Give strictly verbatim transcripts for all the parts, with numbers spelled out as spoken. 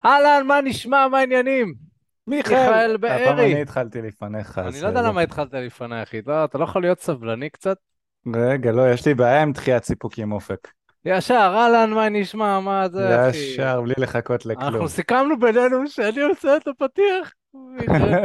אהלן, מה נשמע, מה העניינים? מיכאל, מיכאל הפעם אני בארי. התחלתי לפניך, אני אז לא יודע זה... למה התחלת לפני, אחי. לא, אתה לא יכול להיות סבלני קצת? רגע, לא, יש לי בעיה עם דחיית סיפוקים אופק. ישר, אהלן, מה נשמע, מה זה, אחי? ישר, בלי לחכות אנחנו לכלום. סיכמנו בינינו שאני עושה את הפתיח. מיכאל.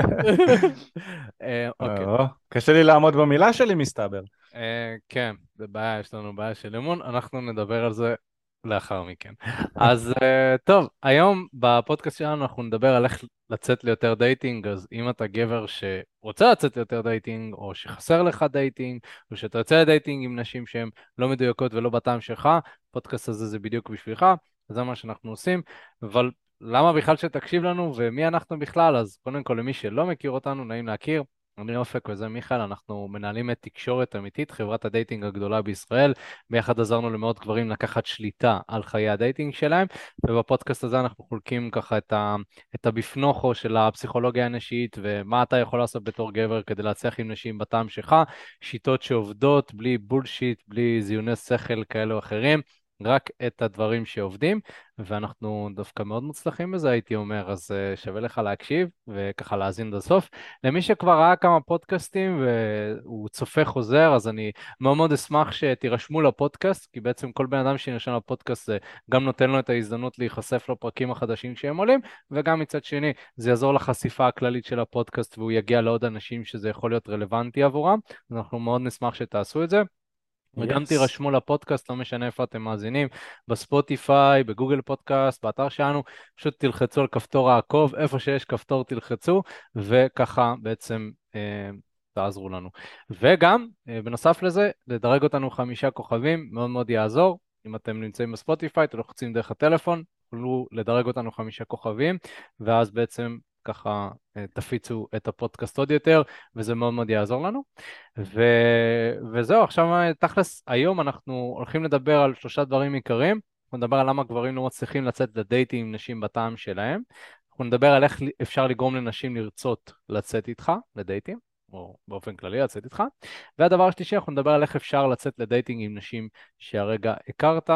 אה, אוקיי. או, קשה לי לעמוד במילה שלי, מסתבר. אה, כן, זה בעיה, יש לנו בעיה של אמון, אנחנו נדבר על זה לאחר מכן. אז אה, טוב, היום בפודקאסט שלנו אנחנו נדבר על איך לצאת ליותר דייטינג, אז אם אתה גבר שרוצה לצאת ליותר דייטינג, או שחסר לך דייטינג, או שאתה יוצא לדייטינג עם נשים שהן לא מדויקות ולא בטעם שלך, הפודקאסט הזה זה בדיוק בשבילך, זה מה שאנחנו עושים, אבל למה בכלל שתקשיב לנו ומי אנחנו בכלל? אז קודם כל למי שלא מכיר אותנו, נעים להכיר. אני אופק וזה מיכאל, אנחנו מנהלים את תקשורת אמיתית, חברת הדייטינג הגדולה בישראל. ביחד עזרנו למאות גברים לקחת שליטה על חיי הדייטינג שלהם, ובפודקאסט הזה אנחנו חולקים ככה את, ה, את הבפנוכו של הפסיכולוגיה הנשית, ומה אתה יכול לעשות בתור גבר כדי להצליח עם נשים בטעם שלך, שיטות שעובדות, בלי בולשיט, בלי זיוני שכל כאלה או אחרים. רק את הדברים שעובדים, ואנחנו דווקא מאוד מוצלחים בזה, הייתי אומר, אז uh, שווה לך להקשיב וככה להאזין עד הסוף. למי שכבר ראה כמה פודקאסטים והוא צופה חוזר, אז אני מאוד מאוד אשמח שתירשמו לפודקאסט, כי בעצם כל בן אדם שנרשם לפודקאסט זה גם נותן לו את ההזדמנות להיחשף לפרקים החדשים כשהם עולים, וגם מצד שני זה יעזור לחשיפה הכללית של הפודקאסט והוא יגיע לעוד אנשים שזה יכול להיות רלוונטי עבורם, אז אנחנו מאוד נשמח שתעשו את זה. וגם יס. תירשמו לפודקאסט, לא משנה איפה אתם מאזינים, בספוטיפיי, בגוגל פודקאסט, באתר שלנו, פשוט תלחצו על כפתור העקוב, איפה שיש כפתור תלחצו, וככה בעצם אה, תעזרו לנו. וגם, אה, בנוסף לזה, לדרג אותנו חמישה כוכבים, מאוד מאוד יעזור. אם אתם נמצאים בספוטיפיי, אתם לוחצים דרך הטלפון, תוכלו לדרג אותנו חמישה כוכבים, ואז בעצם ככה אה, תפיצו את הפודקאסט עוד יותר, וזה מאוד מאוד יעזור לנו. ו... וזהו, עכשיו תכלס, היום אנחנו הולכים לדבר על שלושה דברים עיקריים. אנחנו נדבר על למה גברים לא מצליחים לצאת לדייטים עם נשים בטעם שלהם. אנחנו נדבר על איך אפשר לגרום לנשים לרצות לצאת איתך, לדייטים, או באופן כללי לצאת איתך. והדבר השלישי, אנחנו נדבר על איך אפשר לצאת לדייטינג עם נשים שהרגע הכרת,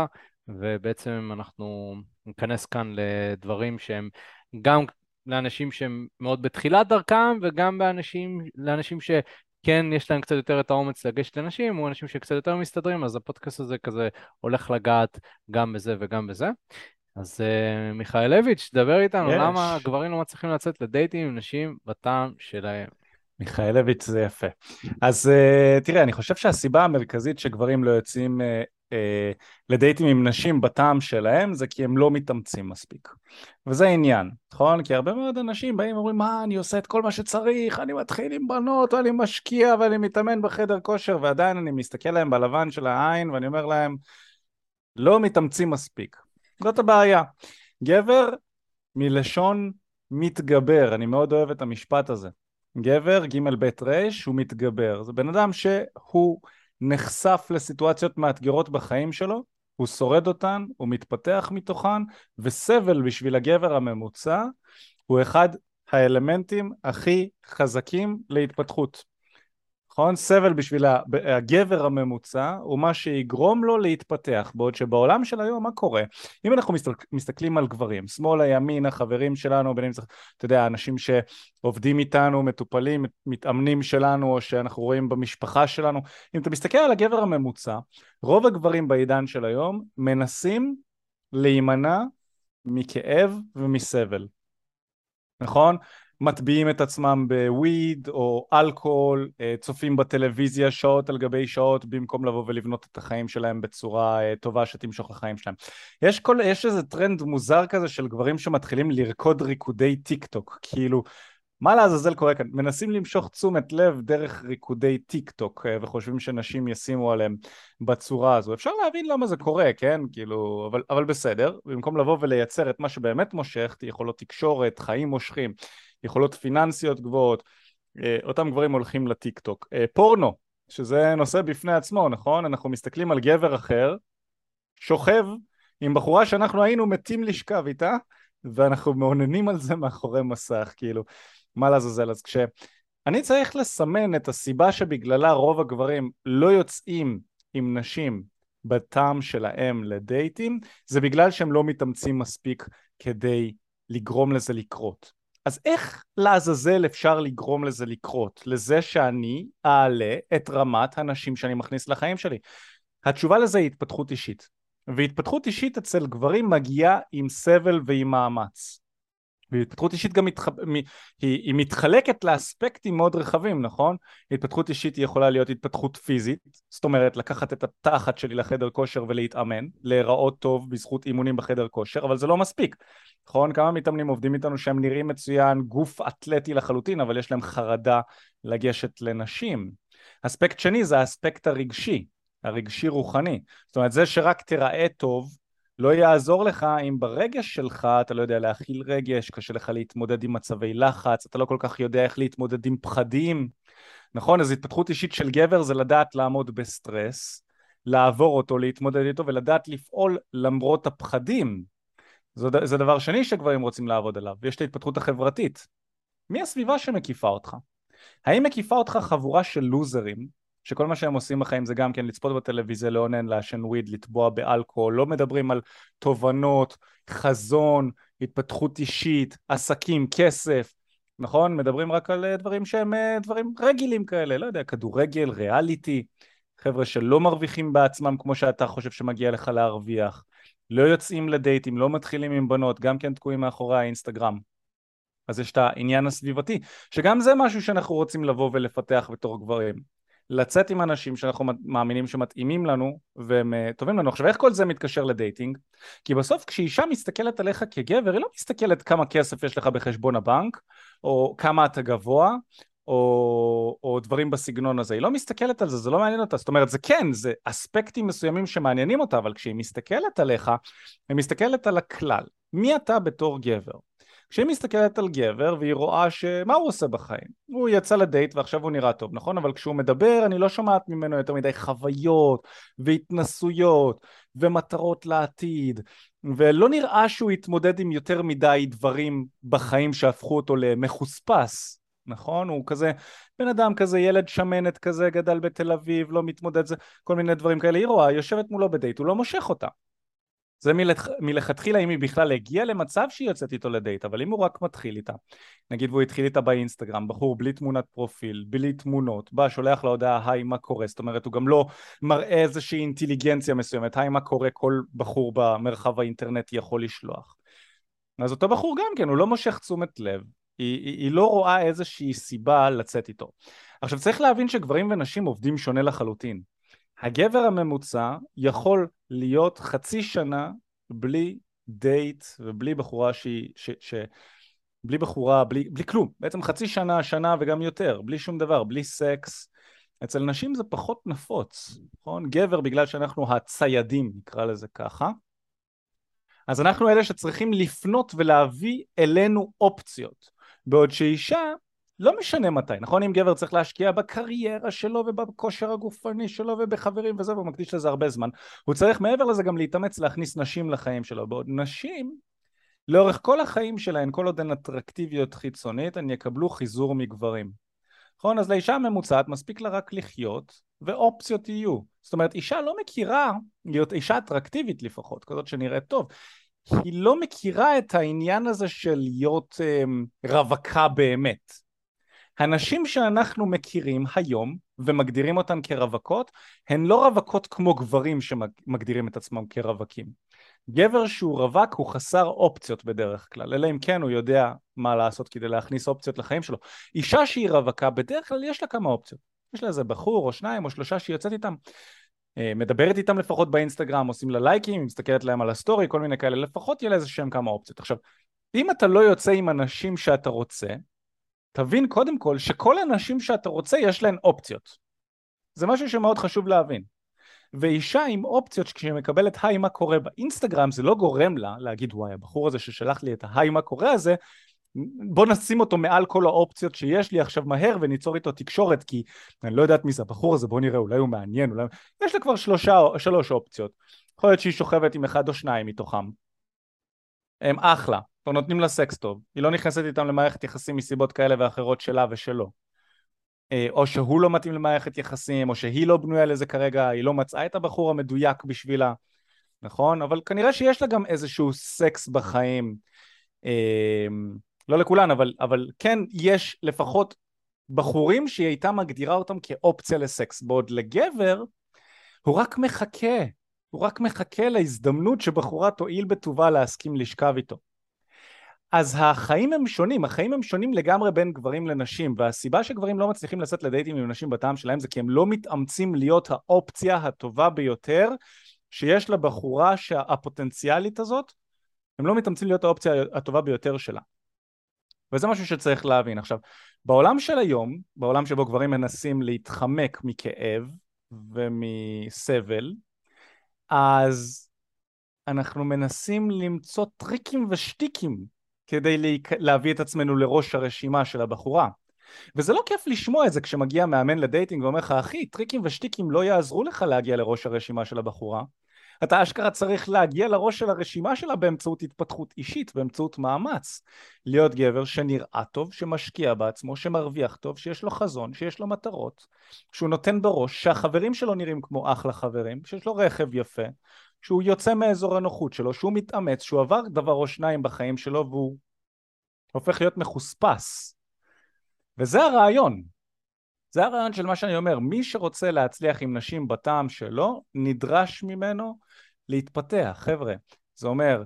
ובעצם אנחנו ניכנס כאן לדברים שהם גם לאנשים שהם מאוד בתחילת דרכם, וגם באנשים, לאנשים ש... כן, יש להם קצת יותר את האומץ לגשת לנשים, או אנשים שקצת יותר מסתדרים, אז הפודקאסט הזה כזה הולך לגעת גם בזה וגם בזה. אז uh, מיכאלביץ', דבר איתנו, למה יש. גברים לא מצליחים לצאת לדייטים עם נשים בטעם שלהם? מיכאלביץ' זה יפה. אז uh, תראה, אני חושב שהסיבה המרכזית שגברים לא יוצאים uh, uh, לדייטים עם נשים בטעם שלהם, זה כי הם לא מתאמצים מספיק. וזה עניין, נכון? כי הרבה מאוד אנשים באים ואומרים, מה, אני עושה את כל מה שצריך, אני מתחיל עם בנות, ואני משקיע, ואני מתאמן בחדר כושר, ועדיין אני מסתכל להם בלבן של העין, ואני אומר להם, לא מתאמצים מספיק. זאת הבעיה. גבר מלשון מתגבר, אני מאוד אוהב את המשפט הזה. גבר, ג' ב' ר', הוא מתגבר. זה בן אדם שהוא נחשף לסיטואציות מאתגרות בחיים שלו, הוא שורד אותן, הוא מתפתח מתוכן, וסבל בשביל הגבר הממוצע הוא אחד האלמנטים הכי חזקים להתפתחות. נכון? סבל בשביל הגבר הממוצע הוא מה שיגרום לו להתפתח, בעוד שבעולם של היום מה קורה? אם אנחנו מסתכלים על גברים, שמאלה, ימין, החברים שלנו, בין אם זה, אתה יודע, אנשים שעובדים איתנו, מטופלים, מתאמנים שלנו, או שאנחנו רואים במשפחה שלנו, אם אתה מסתכל על הגבר הממוצע, רוב הגברים בעידן של היום מנסים להימנע מכאב ומסבל. נכון? מטביעים את עצמם בוויד או אלכוהול, צופים בטלוויזיה שעות על גבי שעות במקום לבוא ולבנות את החיים שלהם בצורה טובה שתמשוך החיים שלהם. יש, כל, יש איזה טרנד מוזר כזה של גברים שמתחילים לרקוד ריקודי טיק טוק, כאילו מה לעזאזל קורה כאן? מנסים למשוך תשומת לב דרך ריקודי טיק טוק וחושבים שנשים ישימו עליהם בצורה הזו. אפשר להבין למה זה קורה, כן? כאילו, אבל, אבל בסדר, במקום לבוא ולייצר את מה שבאמת מושך, יכולות תקשורת, חיים מושכים, יכולות פיננסיות גבוהות, אותם גברים הולכים לטיק טוק. פורנו, שזה נושא בפני עצמו, נכון? אנחנו מסתכלים על גבר אחר, שוכב עם בחורה שאנחנו היינו מתים לשכב איתה, ואנחנו מעוננים על זה מאחורי מסך, כאילו. מה לעזאזל? אז כשאני צריך לסמן את הסיבה שבגללה רוב הגברים לא יוצאים עם נשים בטעם שלהם לדייטים, זה בגלל שהם לא מתאמצים מספיק כדי לגרום לזה לקרות. אז איך לעזאזל אפשר לגרום לזה לקרות? לזה שאני אעלה את רמת הנשים שאני מכניס לחיים שלי. התשובה לזה היא התפתחות אישית. והתפתחות אישית אצל גברים מגיעה עם סבל ועם מאמץ. והתפתחות אישית גם מתח... היא, היא מתחלקת לאספקטים מאוד רחבים, נכון? התפתחות אישית היא יכולה להיות התפתחות פיזית, זאת אומרת לקחת את התחת שלי לחדר כושר ולהתאמן, להיראות טוב בזכות אימונים בחדר כושר, אבל זה לא מספיק, נכון? כמה מתאמנים עובדים איתנו שהם נראים מצוין, גוף אתלטי לחלוטין, אבל יש להם חרדה לגשת לנשים. אספקט שני זה האספקט הרגשי, הרגשי רוחני, זאת אומרת זה שרק תראה טוב, לא יעזור לך אם ברגש שלך אתה לא יודע להכיל רגש, קשה לך להתמודד עם מצבי לחץ, אתה לא כל כך יודע איך להתמודד עם פחדים, נכון? אז התפתחות אישית של גבר זה לדעת לעמוד בסטרס, לעבור אותו, להתמודד איתו ולדעת לפעול למרות הפחדים. זה, זה דבר שני שגברים רוצים לעבוד עליו. ויש את ההתפתחות החברתית. מי הסביבה שמקיפה אותך? האם מקיפה אותך חבורה של לוזרים, שכל מה שהם עושים בחיים זה גם כן לצפות בטלוויזיה, לאונן, לעשן וויד, לטבוע באלכוהול, לא מדברים על תובנות, חזון, התפתחות אישית, עסקים, כסף, נכון? מדברים רק על דברים שהם דברים רגילים כאלה, לא יודע, כדורגל, ריאליטי, חבר'ה שלא מרוויחים בעצמם כמו שאתה חושב שמגיע לך להרוויח, לא יוצאים לדייטים, לא מתחילים עם בנות, גם כן תקועים מאחורי האינסטגרם. אז יש את העניין הסביבתי, שגם זה משהו שאנחנו רוצים לבוא ולפתח בתור גברים. לצאת עם אנשים שאנחנו מאמינים שמתאימים לנו והם טובים לנו. עכשיו, איך כל זה מתקשר לדייטינג? כי בסוף כשאישה מסתכלת עליך כגבר, היא לא מסתכלת כמה כסף יש לך בחשבון הבנק, או כמה אתה גבוה, או, או דברים בסגנון הזה. היא לא מסתכלת על זה, זה לא מעניין אותה. זאת אומרת, זה כן, זה אספקטים מסוימים שמעניינים אותה, אבל כשהיא מסתכלת עליך, היא מסתכלת על הכלל. מי אתה בתור גבר? כשהיא מסתכלת על גבר והיא רואה שמה הוא עושה בחיים, הוא יצא לדייט ועכשיו הוא נראה טוב, נכון? אבל כשהוא מדבר אני לא שומעת ממנו יותר מדי חוויות והתנסויות ומטרות לעתיד, ולא נראה שהוא יתמודד עם יותר מדי דברים בחיים שהפכו אותו למחוספס, נכון? הוא כזה בן אדם כזה, ילד שמנת כזה, גדל בתל אביב, לא מתמודד, זה כל מיני דברים כאלה. היא רואה, יושבת מולו בדייט, הוא לא מושך אותה. זה מלכ... מלכתחילה אם היא בכלל הגיעה למצב שהיא יוצאת איתו לדייט, אבל אם הוא רק מתחיל איתה, נגיד והוא התחיל איתה באינסטגרם, בחור בלי תמונת פרופיל, בלי תמונות, בא שולח לה הודעה היי מה קורה, זאת אומרת הוא גם לא מראה איזושהי אינטליגנציה מסוימת, היי מה קורה, כל בחור במרחב האינטרנטי יכול לשלוח. אז אותו בחור גם כן, הוא לא מושך תשומת לב, היא, היא, היא לא רואה איזושהי סיבה לצאת איתו. עכשיו צריך להבין שגברים ונשים עובדים שונה לחלוטין. הגבר הממוצע יכול להיות חצי שנה בלי דייט ובלי בחורה שהיא, ש, ש, בלי בחורה, בלי, בלי כלום, בעצם חצי שנה, שנה וגם יותר, בלי שום דבר, בלי סקס. אצל נשים זה פחות נפוץ, נכון? גבר בגלל שאנחנו הציידים, נקרא לזה ככה, אז אנחנו אלה שצריכים לפנות ולהביא אלינו אופציות, בעוד שאישה לא משנה מתי, נכון? אם גבר צריך להשקיע בקריירה שלו ובכושר הגופני שלו ובחברים וזה, והוא מקדיש לזה הרבה זמן, הוא צריך מעבר לזה גם להתאמץ להכניס נשים לחיים שלו, בעוד נשים לאורך כל החיים שלהן, כל עוד הן אטרקטיביות חיצונית, הן יקבלו חיזור מגברים, נכון? אז לאישה הממוצעת מספיק לה רק לחיות ואופציות יהיו, זאת אומרת אישה לא מכירה, להיות אישה אטרקטיבית לפחות, כזאת שנראית טוב, היא לא מכירה את העניין הזה של להיות אה, רווקה באמת. הנשים שאנחנו מכירים היום ומגדירים אותן כרווקות, הן לא רווקות כמו גברים שמגדירים את עצמם כרווקים. גבר שהוא רווק הוא חסר אופציות בדרך כלל, אלא אם כן הוא יודע מה לעשות כדי להכניס אופציות לחיים שלו. אישה שהיא רווקה בדרך כלל יש לה כמה אופציות, יש לה איזה בחור או שניים או שלושה שהיא יוצאת איתם, מדברת איתם לפחות באינסטגרם, עושים לה לייקים, מסתכלת להם על הסטורי, כל מיני כאלה, לפחות יהיה לה איזה שם כמה אופציות. עכשיו, אם אתה לא יוצא עם אנשים שאתה רוצה, תבין קודם כל שכל האנשים שאתה רוצה יש להן אופציות. זה משהו שמאוד חשוב להבין. ואישה עם אופציות כשהיא מקבלת היי מה קורה באינסטגרם, זה לא גורם לה להגיד וואי הבחור הזה ששלח לי את ההיי מה קורה הזה, בוא נשים אותו מעל כל האופציות שיש לי עכשיו מהר וניצור איתו תקשורת, כי אני לא יודעת מי זה הבחור הזה, בוא נראה אולי הוא מעניין, אולי... יש לה כבר שלושה, שלוש אופציות. יכול להיות שהיא שוכבת עם אחד או שניים מתוכם. הם אחלה. כבר נותנים לה סקס טוב, היא לא נכנסת איתם למערכת יחסים מסיבות כאלה ואחרות שלה ושלו, או שהוא לא מתאים למערכת יחסים, או שהיא לא בנויה לזה כרגע, היא לא מצאה את הבחור המדויק בשבילה, נכון? אבל כנראה שיש לה גם איזשהו סקס בחיים, לא לכולן, אבל, אבל כן יש לפחות בחורים שהיא הייתה מגדירה אותם כאופציה לסקס, בעוד לגבר הוא רק מחכה, הוא רק מחכה להזדמנות שבחורה תועיל בטובה להסכים לשכב איתו. אז החיים הם שונים, החיים הם שונים לגמרי בין גברים לנשים, והסיבה שגברים לא מצליחים לצאת לדייטים עם נשים בטעם שלהם זה כי הם לא מתאמצים להיות האופציה הטובה ביותר שיש לבחורה הפוטנציאלית הזאת, הם לא מתאמצים להיות האופציה הטובה ביותר שלה. וזה משהו שצריך להבין. עכשיו, בעולם של היום, בעולם שבו גברים מנסים להתחמק מכאב ומסבל, אז אנחנו מנסים למצוא טריקים ושטיקים כדי להביא את עצמנו לראש הרשימה של הבחורה. וזה לא כיף לשמוע את זה כשמגיע מאמן לדייטינג ואומר לך, אחי, טריקים ושטיקים לא יעזרו לך להגיע לראש הרשימה של הבחורה. אתה אשכרה צריך להגיע לראש של הרשימה שלה באמצעות התפתחות אישית, באמצעות מאמץ. להיות גבר שנראה טוב, שמשקיע בעצמו, שמרוויח טוב, שיש לו חזון, שיש לו מטרות, שהוא נותן בראש, שהחברים שלו נראים כמו אחלה חברים, שיש לו רכב יפה, שהוא יוצא מאזור הנוחות שלו, שהוא מתאמץ, שהוא עבר דבר או שניים בחיים שלו, והוא הופך להיות מחוספס. וזה הרעיון. זה הרעיון של מה שאני אומר. מי שרוצה להצליח עם נשים בטעם שלו, נדרש ממנו להתפתח. חבר'ה, זה אומר,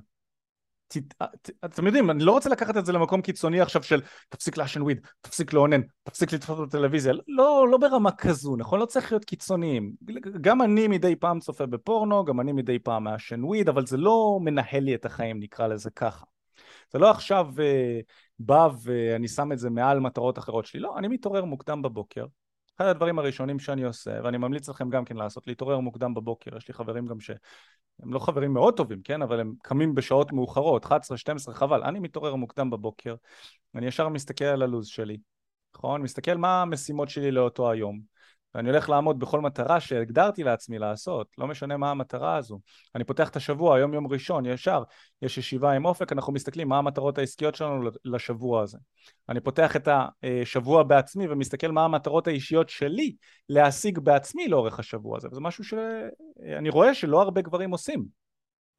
ת, ת, אתם יודעים, אני לא רוצה לקחת את זה למקום קיצוני עכשיו של תפסיק לעשן וויד, תפסיק לעונן, תפסיק לצפות בטלוויזיה. לא, לא ברמה כזו, נכון? לא צריך להיות קיצוניים. גם אני מדי פעם צופה בפורנו, גם אני מדי פעם מעשן וויד, אבל זה לא מנהל לי את החיים, נקרא לזה ככה. זה לא עכשיו uh, בא ואני שם את זה מעל מטרות אחרות שלי. לא, אני מתעורר מוקדם בבוקר. אחד הדברים הראשונים שאני עושה, ואני ממליץ לכם גם כן לעשות, להתעורר מוקדם בבוקר. יש לי חברים גם שהם לא חברים מאוד טובים, כן? אבל הם קמים בשעות מאוחרות, אחת עשרה שתים עשרה, חבל. אני מתעורר מוקדם בבוקר, אני ישר מסתכל על הלוז שלי, נכון? מסתכל מה המשימות שלי לאותו היום. ואני הולך לעמוד בכל מטרה שהגדרתי לעצמי לעשות, לא משנה מה המטרה הזו. אני פותח את השבוע, היום יום ראשון, ישר, יש ישיבה עם אופק, אנחנו מסתכלים מה המטרות העסקיות שלנו לשבוע הזה. אני פותח את השבוע בעצמי ומסתכל מה המטרות האישיות שלי להשיג בעצמי לאורך השבוע הזה, וזה משהו שאני רואה שלא הרבה גברים עושים.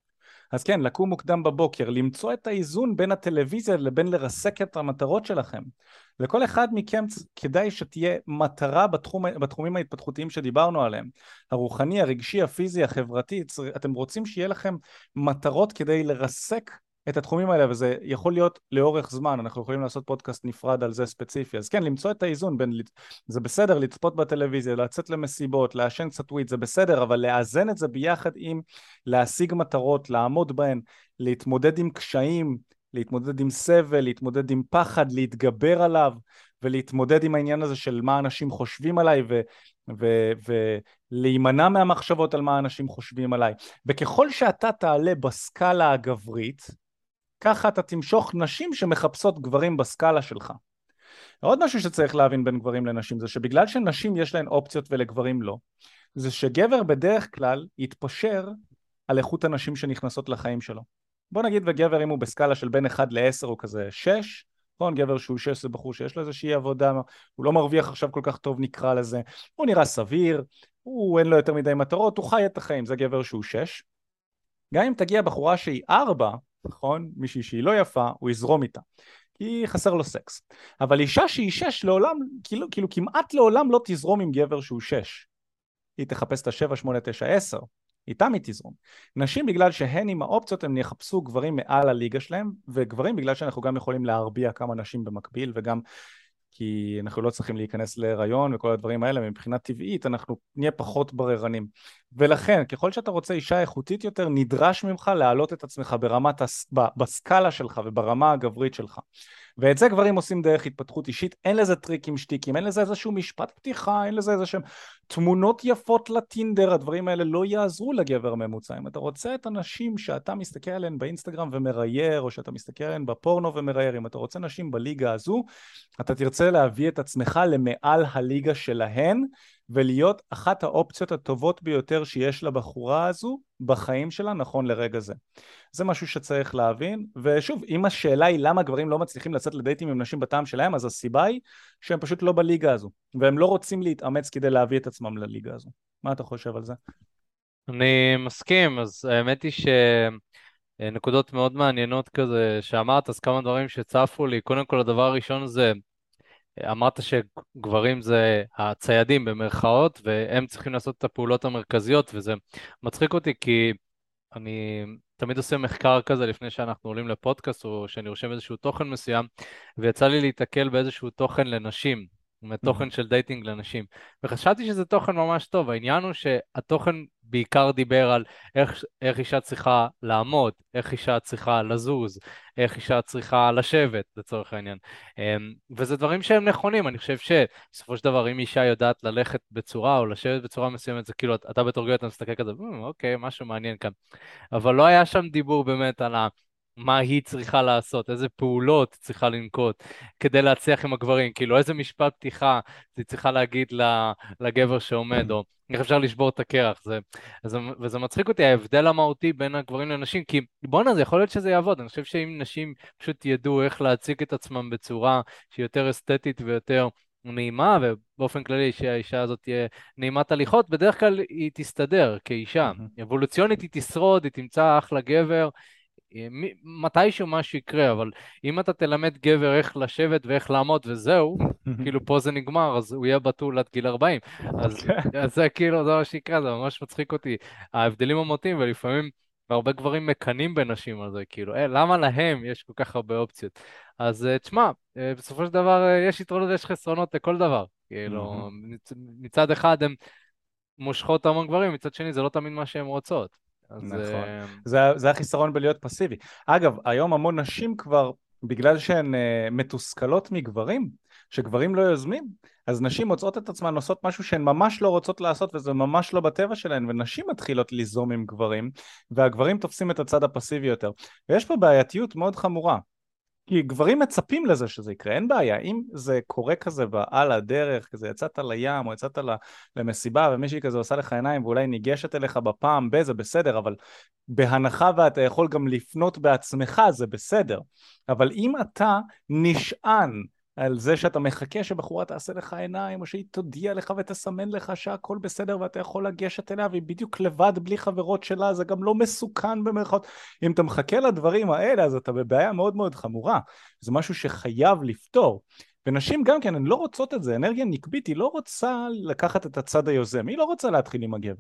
אז כן, לקום מוקדם בבוקר, למצוא את האיזון בין הטלוויזיה לבין לרסק את המטרות שלכם. לכל אחד מכם כדאי שתהיה מטרה בתחום, בתחומים ההתפתחותיים שדיברנו עליהם. הרוחני, הרגשי, הפיזי, החברתי. אתם רוצים שיהיה לכם מטרות כדי לרסק את התחומים האלה, וזה יכול להיות לאורך זמן. אנחנו יכולים לעשות פודקאסט נפרד על זה ספציפי. אז כן, למצוא את האיזון בין, זה בסדר לצפות בטלוויזיה, לצאת למסיבות, לעשן קצת וויד, זה בסדר, אבל לאזן את זה ביחד עם להשיג מטרות, לעמוד בהן, להתמודד עם קשיים, להתמודד עם סבל, להתמודד עם פחד, להתגבר עליו, ולהתמודד עם העניין הזה של מה אנשים חושבים עליי, ו... ו... ולהימנע מהמחשבות על מה אנשים חושבים עליי. וככל שאתה תעלה בסקאלה הגברית, ככה אתה תמשוך נשים שמחפשות גברים בסקאלה שלך. עוד משהו שצריך להבין בין גברים לנשים, זה שבגלל שנשים יש להן אופציות ולגברים לא, זה שגבר בדרך כלל יתפשר על איכות הנשים שנכנסות לחיים שלו. בוא נגיד וגבר אם הוא בסקאלה של בין אחד לעשר הוא כזה שש, נכון? גבר שהוא שש זה בחור שיש לו איזושהי עבודה, הוא לא מרוויח עכשיו כל כך טוב נקרא לזה, הוא נראה סביר, הוא אין לו יותר מדי מטרות, הוא חי את החיים, זה גבר שהוא שש. גם אם תגיע בחורה שהיא ארבע, נכון? מישהי שהיא לא יפה, הוא יזרום איתה, כי חסר לו סקס. אבל אישה שהיא שש לעולם, כאילו, כאילו כמעט לעולם לא תזרום עם גבר שהוא שש. היא תחפש את השבע, שמונה, תשע, עשר. איתם היא תזרום. נשים בגלל שהן עם האופציות הם יחפשו גברים מעל הליגה שלהם, וגברים בגלל שאנחנו גם יכולים להרביע כמה נשים במקביל, וגם כי אנחנו לא צריכים להיכנס להיריון וכל הדברים האלה, מבחינה טבעית אנחנו נהיה פחות בררנים. ולכן, ככל שאתה רוצה אישה איכותית יותר, נדרש ממך להעלות את עצמך ברמת, בסקאלה שלך וברמה הגברית שלך. ואת זה גברים עושים דרך התפתחות אישית, אין לזה טריקים שטיקים, אין לזה איזשהו משפט פתיחה, אין לזה איזשהם תמונות יפות לטינדר, הדברים האלה לא יעזרו לגבר הממוצע. אם אתה רוצה את הנשים שאתה מסתכל עליהן באינסטגרם ומרייר, או שאתה מסתכל עליהן בפורנו ומרייר, אם אתה רוצה נשים בליגה הזו, אתה תרצה להביא את עצמך למעל הליגה שלהן, ולהיות אחת האופציות הטובות ביותר שיש לבחורה הזו בחיים שלה נכון לרגע זה. זה משהו שצריך להבין, ושוב, אם השאלה היא למה גברים לא מצליחים לצאת לדייטים עם נשים בטעם שלהם, אז הסיבה היא שהם פשוט לא בליגה הזו, והם לא רוצים להתאמץ כדי להביא את עצמם לליגה הזו. מה אתה חושב על זה? אני מסכים, אז האמת היא ש... אה, נקודות מאוד מעניינות כזה שאמרת, אז כמה דברים שצפו לי. קודם כל, הדבר הראשון זה, אמרת שגברים זה הציידים במרכאות, והם צריכים לעשות את הפעולות המרכזיות, וזה מצחיק אותי כי אני תמיד עושה מחקר כזה לפני שאנחנו עולים לפודקאסט, או שאני רושם איזשהו תוכן מסוים, ויצא לי להתקל באיזשהו תוכן לנשים, תוכן של דייטינג לנשים. וחשבתי שזה תוכן ממש טוב. העניין הוא שהתוכן בעיקר דיבר על איך, איך אישה צריכה לעמוד, איך אישה צריכה לזוז, איך אישה צריכה לשבת, לצורך העניין. אמ, וזה דברים שהם נכונים. אני חושב שבסופו של דבר, אם אישה יודעת ללכת בצורה או לשבת בצורה מסוימת, זה כאילו, אתה בתור גבר, אתה מסתכל כזה, "אמ, אוקיי, משהו מעניין כאן." אבל לא היה שם דיבור באמת על ה... מה היא צריכה לעשות, איזה פעולות צריכה לנקוט כדי להצליח עם הגברים, כאילו איזה משפט פתיחה היא צריכה להגיד לגבר שעומד, או איך אפשר לשבור את הקרח, זה, זה, וזה מצחיק אותי, ההבדל המהותי בין הגברים לנשים, כי בואנה, זה יכול להיות שזה יעבוד, אני חושב שאם נשים פשוט ידעו איך להציג את עצמם בצורה שהיא יותר אסתטית ויותר נעימה, ובאופן כללי שהאישה הזאת תהיה נעימת הליכות, בדרך כלל היא תסתדר כאישה. אבולוציונית היא תשרוד, היא תמצא אחלה גבר, מי- מתישהו משהו יקרה, אבל אם אתה תלמד גבר איך לשבת ואיך לעמוד וזהו, כאילו פה זה נגמר, אז הוא יהיה בתול עד גיל ארבעים. אז, אז זה כאילו, זה מה שיקרה, זה ממש מצחיק אותי. ההבדלים המוטים, ולפעמים הרבה גברים מקנאים בנשים על זה, כאילו, אה, למה להם יש כל כך הרבה אופציות? אז אה, תשמע, אה, בסופו של דבר אה, יש יתרונות ויש חסרונות לכל דבר. כאילו, מצ- מצד אחד הם מושכות המון גברים, מצד שני זה לא תמיד מה שהן רוצות. אז נכון, אה, זה, זה החיסרון בלהיות פסיבי. אגב, היום המון נשים כבר, בגלל שהן uh, מתוסכלות מגברים, שגברים לא יוזמים, אז נשים מוצאות את עצמן עושות משהו שהן ממש לא רוצות לעשות, וזה ממש לא בטבע שלהן, ונשים מתחילות ליזום עם גברים, והגברים תופסים את הצד הפסיבי יותר. ויש פה בעייתיות מאוד חמורה. כי גברים מצפים לזה שזה יקרה, אין בעיה, אם זה קורה כזה ועל הדרך, כזה יצאת לים או יצאת למסיבה ומישהי כזה עושה לך עיניים ואולי ניגשת אליך בפעם ב, זה בסדר, אבל בהנחה ואתה יכול גם לפנות בעצמך, זה בסדר. אבל אם אתה נשען על זה שאתה מחכה שבחורה תעשה לך עיניים, או שהיא תודיע לך ותסמן לך שהכל בסדר ואתה יכול לגשת אליה, והיא בדיוק לבד בלי חברות שלה, זה גם לא מסוכן במרכאות. אם אתה מחכה לדברים האלה, אז אתה בבעיה מאוד מאוד חמורה. זה משהו שחייב לפתור. ונשים גם כן, הן לא רוצות את זה, אנרגיה נקבית, היא לא רוצה לקחת את הצד היוזם, היא לא רוצה להתחיל עם הגבר.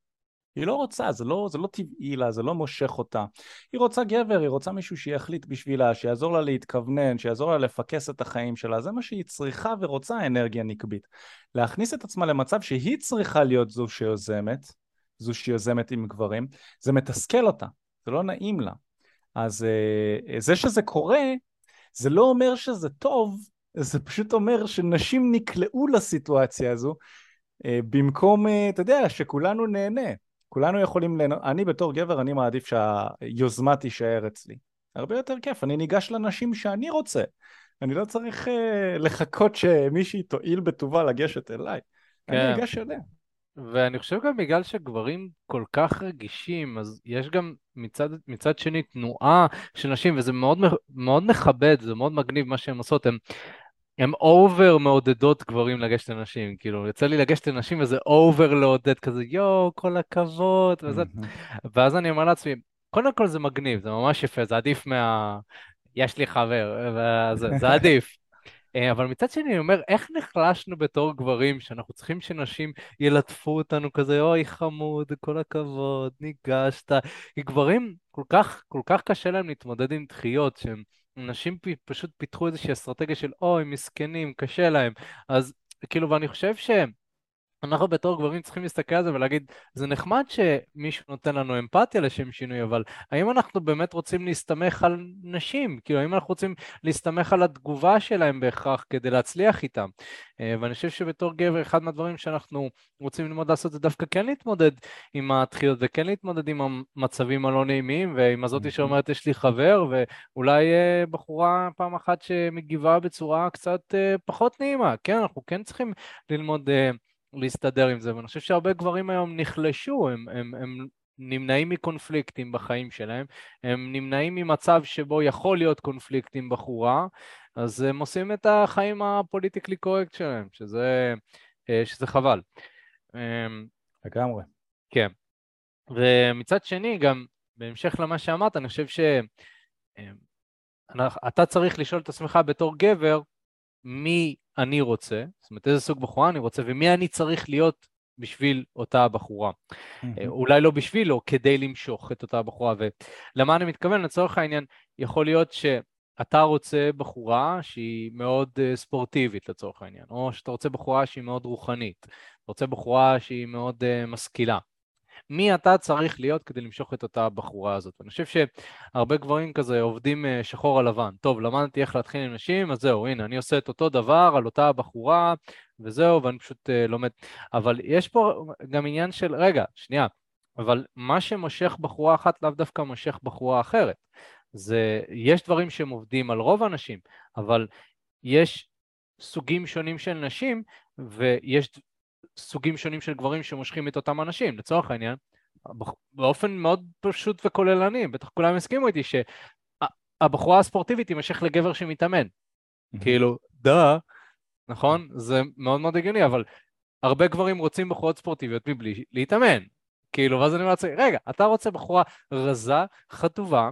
היא לא רוצה, זה לא, זה לא טבעי לה, זה לא מושך אותה. היא רוצה גבר, היא רוצה מישהו שיחליט בשבילה, שיעזור לה להתכוונן, שיעזור לה לפקס את החיים שלה, זה מה שהיא צריכה ורוצה, אנרגיה נקבית. להכניס את עצמה למצב שהיא צריכה להיות זו שיוזמת, זו שיוזמת עם גברים, זה מתסכל אותה, זה לא נעים לה. אז אה, זה שזה קורה, זה לא אומר שזה טוב, זה פשוט אומר שנשים נקלעו לסיטואציה הזו, אה, במקום, אה, אתה יודע, שכולנו נהנה. כולנו יכולים ליהנות, אני בתור גבר, אני מעדיף שהיוזמה תישאר אצלי. הרבה יותר כיף, אני ניגש לנשים שאני רוצה. אני לא צריך אה, לחכות שמישהי תועיל בטובה לגשת אליי. אני כן. אגש אליה. ואני חושב גם בגלל שגברים כל כך רגישים, אז יש גם מצד, מצד שני תנועה של נשים, וזה מאוד, מ- מאוד מכבד, זה מאוד מגניב מה שהן עושות, הן הן אובר מעודדות גברים לגשת לנשים, כאילו, יצא לי לגשת לנשים וזה אובר לעודד כזה, יואו, כל הכבוד, וזה, מהמם. ואז אני אומר לעצמי, קודם כל זה מגניב, זה ממש יפה, זה עדיף מה... יש לי חבר, וזה, זה עדיף. אה, אבל מצד שני אני אומר, איך נחלשנו בתור גברים שאנחנו צריכים שנשים ילטפו אותנו כזה, אוי חמוד, כל הכבוד, ניגשת. כי גברים כל כך, כל כך קשה להם להתמודד עם דחיות, שהם, נשים פ- פשוט פיתחו איזושהי אסטרטגיה של אוי, מסכנים, קשה להם. אז כאילו, ואני חושב שהם... אנחנו בתור גברים צריכים להסתכל על זה ולהגיד, זה נחמד שמישהו נותן לנו אמפתיה לשם שינוי, אבל האם אנחנו באמת רוצים להסתמך על נשים? כאילו, האם אנחנו רוצים להסתמך על התגובה שלהם בהכרח כדי להצליח איתם? אה, ואני חושב שבתור גבר, אחד מהדברים שאנחנו רוצים ללמוד לעשות זה דווקא כן להתמודד עם התחיות וכן להתמודד עם המצבים הלא נעימים, ועם הזאתי מהמם. שאומרת, יש לי חבר, ואולי אה, בחורה פעם אחת שמגיבה בצורה קצת אה, פחות נעימה. כן, אנחנו כן צריכים ללמוד... אה, להסתדר עם זה, ואני חושב שהרבה גברים היום נחלשו, הם, הם, הם נמנעים מקונפליקטים בחיים שלהם, הם נמנעים ממצב שבו יכול להיות קונפליקט עם בחורה, אז הם עושים את החיים הפוליטיקלי קורקט שלהם, שזה, אה, שזה חבל. אמ, לגמרי. כן. ומצד שני גם, בהמשך למה שאמרת, אני חושב שאתה צריך לשאול את עצמך בתור גבר, מי אני רוצה, זאת אומרת איזה סוג בחורה אני רוצה, ומי אני צריך להיות בשביל אותה בחורה. מהמם. אולי לא בשביל, או כדי למשוך את אותה בחורה. ולמה אני מתכוון? לצורך העניין, יכול להיות שאתה רוצה בחורה שהיא מאוד uh, ספורטיבית לצורך העניין, או שאתה רוצה בחורה שהיא מאוד רוחנית, אתה רוצה בחורה שהיא מאוד uh, משכילה. מי אתה צריך להיות כדי למשוך את אותה בחורה הזאת? אני חושב שהרבה גברים כזה עובדים uh, שחור על לבן. טוב, למדתי איך להתחיל עם נשים, אז זהו, הנה, אני עושה את אותו דבר על אותה בחורה, וזהו, ואני פשוט uh, לומד. אבל יש פה גם עניין של, רגע, שנייה, אבל מה שמושך בחורה אחת לאו דווקא מושך בחורה אחרת. זה, יש דברים שהם עובדים על רוב האנשים, אבל יש סוגים שונים של נשים, ויש סוגים שונים של גברים שמושכים את אותם אנשים. לצורך העניין, באופן מאוד פשוט וכוללני, בטח כולם הסכימו איתי שהבחורה הספורטיבית תימשך לגבר שמתאמן. כאילו, דה, נכון? זה מאוד מאוד הגיוני, אבל הרבה גברים רוצים בחורות ספורטיביות מבלי להתאמן. כאילו, ואז אני אומר לעצמי, רגע, אתה רוצה בחורה רזה, חטובה,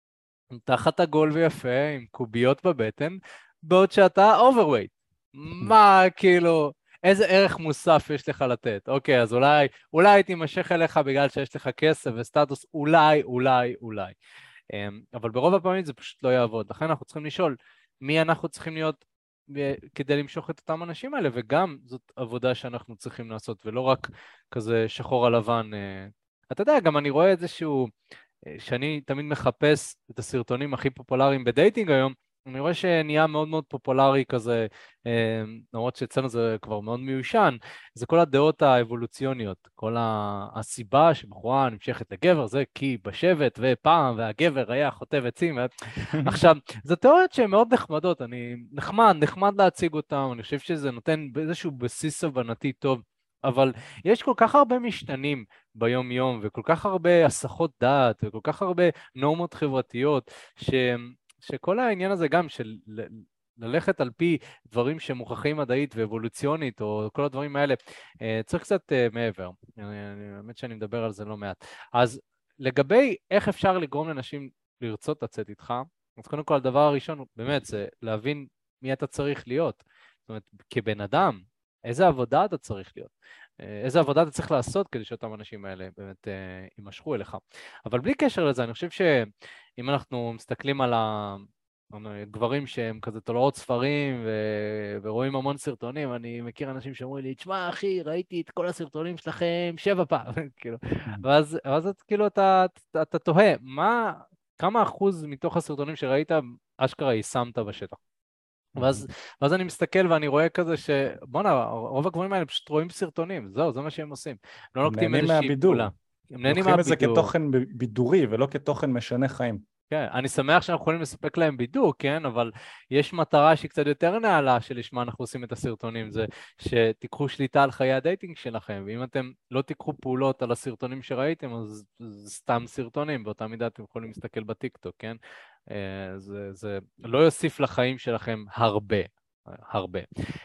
תחת עגול ויפה, עם קוביות בבטן, בעוד שאתה אוברווייט. מה, כאילו, איזה ערך מוסף יש לך לתת? אוקיי, אז אולי, אולי תימשך אליך בגלל שיש לך כסף וסטטוס, אולי, אולי, אולי. אבל ברוב הפעמים זה פשוט לא יעבוד. לכן אנחנו צריכים לשאול, מי אנחנו צריכים להיות כדי למשוך את אותם אנשים האלה, וגם זאת עבודה שאנחנו צריכים לעשות, ולא רק כזה שחור על לבן. אתה יודע, גם אני רואה איזשהו, שאני תמיד מחפש את הסרטונים הכי פופולריים בדייטינג היום, אני רואה שנהיה מאוד מאוד פופולרי כזה, למרות שאצלנו זה כבר מאוד מיושן, זה כל הדעות האבולוציוניות, כל הסיבה שבחורה נמשכת לגבר, זה כי בשבט ופעם, והגבר היה חוטב עצים. עכשיו, זה תיאוריות שהן מאוד נחמדות, אני נחמד, נחמד להציג אותן, אני חושב שזה נותן איזשהו בסיס הבנתי טוב, אבל יש כל כך הרבה משתנים ביום יום, וכל כך הרבה הסחות דעת, וכל כך הרבה נורמות חברתיות, ש... שכל העניין הזה גם של ללכת על פי דברים שמוכחים מדעית ואבולוציונית, או כל הדברים האלה, צריך קצת מעבר. האמת שאני מדבר על זה לא מעט. אז לגבי איך אפשר לגרום לנשים לרצות לצאת איתך, אז קודם כל הדבר הראשון, באמת, זה להבין מי אתה צריך להיות. זאת אומרת, כבן אדם, איזה עבודה אתה צריך להיות. איזה עבודה אתה צריך לעשות כדי שאותם אנשים האלה באמת אה, יימשכו אליך. אבל בלי קשר לזה, אני חושב שאם אנחנו מסתכלים על הגברים שהם כזה תולעות ספרים ו... ורואים המון סרטונים, אני מכיר אנשים שאומרים לי, תשמע אחי, ראיתי את כל הסרטונים שלכם שבע פעם, כאילו. ואז, ואז את, כאילו אתה, אתה, אתה תוהה, מה, כמה אחוז מתוך הסרטונים שראית אשכרה יישמת בשטח? ואז, ואז אני מסתכל ואני רואה כזה שבוא'נה, רוב הגברים האלה פשוט רואים סרטונים, זהו, זה מה שהם עושים. הם לא נוקטים איזושהי פעולה. הם נהנים לוקחים את זה מהבידור. כתוכן בידורי ולא כתוכן משנה חיים. כן, אני שמח שאנחנו יכולים לספק להם בידור, כן, אבל יש מטרה שהיא קצת יותר נעלה שלשמה אנחנו עושים את הסרטונים, זה שתיקחו שליטה על חיי הדייטינג שלכם, ואם אתם לא תיקחו פעולות על הסרטונים שראיתם, אז זה סתם סרטונים, באותה מידה אתם יכולים להסתכל בטיקטוק, כן? זה, זה לא יוסיף לחיים שלכם הרבה, הרבה.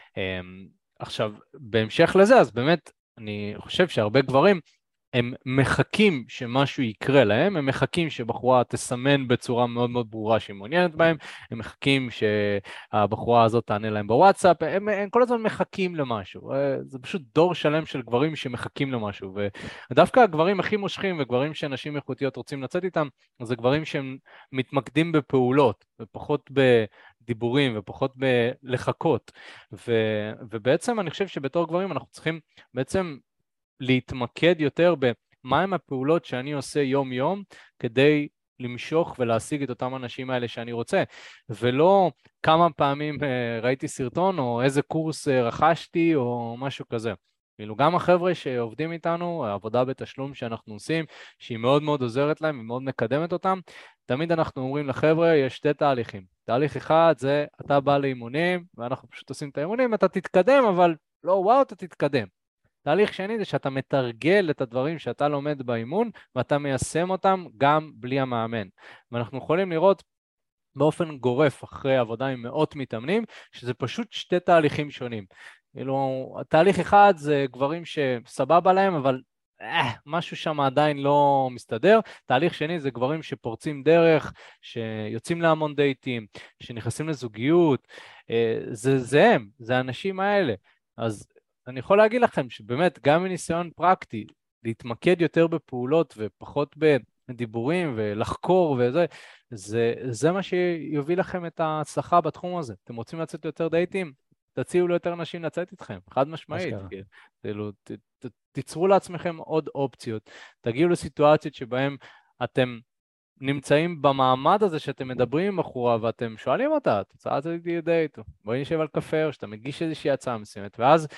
עכשיו, בהמשך לזה, אז באמת, אני חושב שהרבה גברים, הם מחכים שמשהו יקרה להם, הם מחכים שבחורה תסמן בצורה מאוד מאוד ברורה שהיא מעוניינת בהם, הם מחכים שהבחורה הזאת תענה להם בוואטסאפ, הם, הם כל הזמן מחכים למשהו, זה פשוט דור שלם של גברים שמחכים למשהו, ודווקא הגברים הכי מושכים וגברים שנשים איכותיות רוצים לצאת איתם, זה גברים שהם מתמקדים בפעולות, ופחות בדיבורים ופחות בלחכות, ו, ובעצם אני חושב שבתור גברים אנחנו צריכים בעצם להתמקד יותר במהם הפעולות שאני עושה יום יום כדי למשוך ולהשיג את אותם אנשים האלה שאני רוצה, ולא כמה פעמים ראיתי סרטון או איזה קורס רכשתי או משהו כזה. כאילו גם החבר'ה שעובדים איתנו, העבודה בתשלום שאנחנו עושים, שהיא מאוד מאוד עוזרת להם ומאוד מקדמת אותם, תמיד אנחנו אומרים לחבר'ה, יש שתי תהליכים. תהליך אחד זה אתה בא לאימונים ואנחנו פשוט עושים את האימונים, אתה תתקדם אבל לא וואו אתה תתקדם. תהליך שני זה שאתה מתרגל את הדברים שאתה לומד באימון, ואתה מיישם אותם גם בלי המאמן. ואנחנו יכולים לראות באופן גורף אחרי עבודה עם מאות מתאמנים, שזה פשוט שתי תהליכים שונים. כאילו, תהליך אחד זה גברים שסבבה להם, אבל אה, משהו שם עדיין לא מסתדר. תהליך שני זה גברים שפורצים דרך, שיוצאים להמון דייטים, שנכנסים לזוגיות, אה, זה, זה הם, זה האנשים האלה. אז אני יכול להגיד לכם שבאמת גם מניסיון פרקטי, להתמקד יותר בפעולות ופחות בדיבורים ולחקור וזה, זה, זה מה שיוביל לכם את ההצלחה בתחום הזה. אתם רוצים לצאת יותר דייטים? תציעו ליותר נשים לצאת איתכם, חד משמעית. אשכרה. כאילו, ת, ת, תיצרו לעצמכם עוד אופציות, תגיעו לסיטואציות שבהן אתם נמצאים במעמד הזה שאתם מדברים עם בחורה ואתם שואלים אותה, תוצאת איתי דייט, בואי נשב על קפה, או שאתה מגיש איזושהי הצעה מסוימת, ואז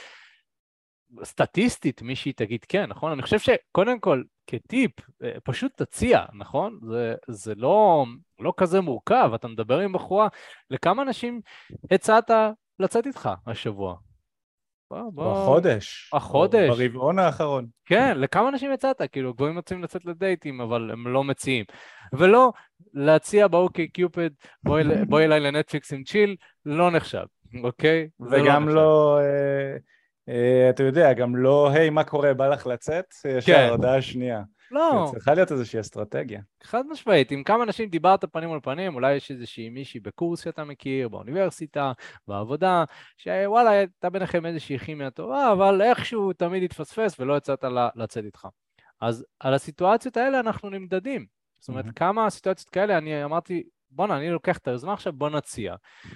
סטטיסטית מישהי תגיד כן, נכון? אני חושב שקודם כל, כטיפ, פשוט תציע, נכון? זה, זה לא, לא כזה מורכב, אתה מדבר עם בחורה, לכמה אנשים הצעת לצאת איתך השבוע? בוא, או בוא, החודש, או החודש. ברבעון האחרון. כן, לכמה אנשים יצאת? כאילו, גברים רוצים לצאת לדייטים, אבל הם לא מציעים. ולא להציע באוקיי קיופד, בואי בואי אליי לנטפליקס עם צ'יל, לא נחשב, אוקיי? זה לא וגם נחשב. לא, אה, אה, אתה יודע, גם לא, היי, מה קורה, בא לך לצאת? ישר, כן, הודעה שנייה. לא, צריכה להיות איזושהי אסטרטגיה. חד משמעית, עם כמה אנשים דיברת פנים מול פנים, אולי יש איזושהי מישהי בקורס שאתה מכיר, באוניברסיטה, בעבודה, שוואלה, הייתה ביניכם איזושהי כימיה טובה, אבל איכשהו תמיד התפספס ולא יצאת לה, לצאת איתך. אז על הסיטואציות האלה אנחנו נמדדים. זאת אומרת, מהמם. כמה סיטואציות כאלה, אני אמרתי, בוא'נה, אני לוקח את היוזמה עכשיו, בוא נציע.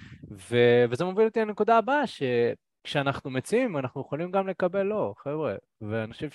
ו- וזה מוביל אותי לנקודה הבאה, שכשאנחנו מציעים, אנחנו יכולים גם לקבל לא, חבר'ה. ואני חושב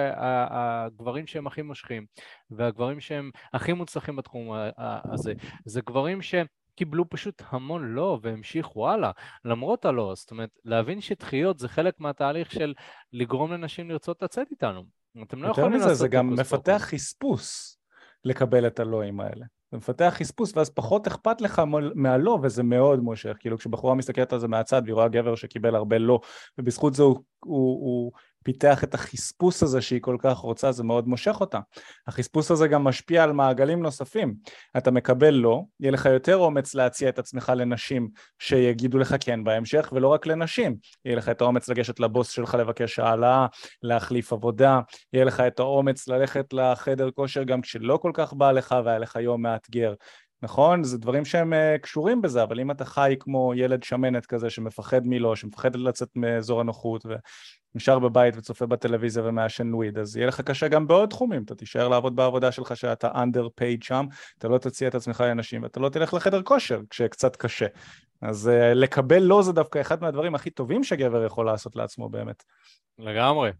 שהגברים שהם הכי מושכים, והגברים שהם הכי מוצלחים בתחום ה- ה- הזה, זה גברים שקיבלו פשוט המון לא, והמשיכו הלאה, למרות הלא. זאת אומרת, להבין שדחיות זה חלק מהתהליך של לגרום לנשים לרצות לצאת איתנו. אתם לא יותר יכולים מזה, זה לעשות גם הוקוס מפתח פוקוס. חספוס לקבל את הלואים האלה. זה מפתח חספוס, ואז פחות אכפת לך מול- מהלא, וזה מאוד מושך. כאילו, כשבחורה מסתכלת על זה מהצד, והיא רואה גבר שקיבל הרבה לא, ובזכות זה הוא, הוא, הוא פיתח את החספוס הזה שהיא כל כך רוצה, זה מאוד מושך אותה. החספוס הזה גם משפיע על מעגלים נוספים. אתה מקבל לא, יהיה לך יותר אומץ להציע את עצמך לנשים שיגידו לך כן בהמשך, ולא רק לנשים. יהיה לך את האומץ לגשת לבוס שלך לבקש העלאה, להחליף עבודה, יהיה לך את האומץ ללכת לחדר כושר גם כשלא כל כך בא לך והיה לך יום מאתגר. נכון? זה דברים שהם uh, קשורים בזה, אבל אם אתה חי כמו ילד שמנת כזה שמפחד מלא, שמפחד לצאת מאזור הנוחות ונשאר בבית וצופה בטלוויזיה ומעשן וויד, אז יהיה לך קשה גם בעוד תחומים. אתה תישאר לעבוד בעבודה שלך שאתה underpaid שם, אתה לא תציע את עצמך לאנשים ואתה לא תלך לחדר כושר כשקצת קשה. אז uh, לקבל לא זה דווקא אחד מהדברים הכי טובים שגבר יכול לעשות לעצמו באמת. לגמרי,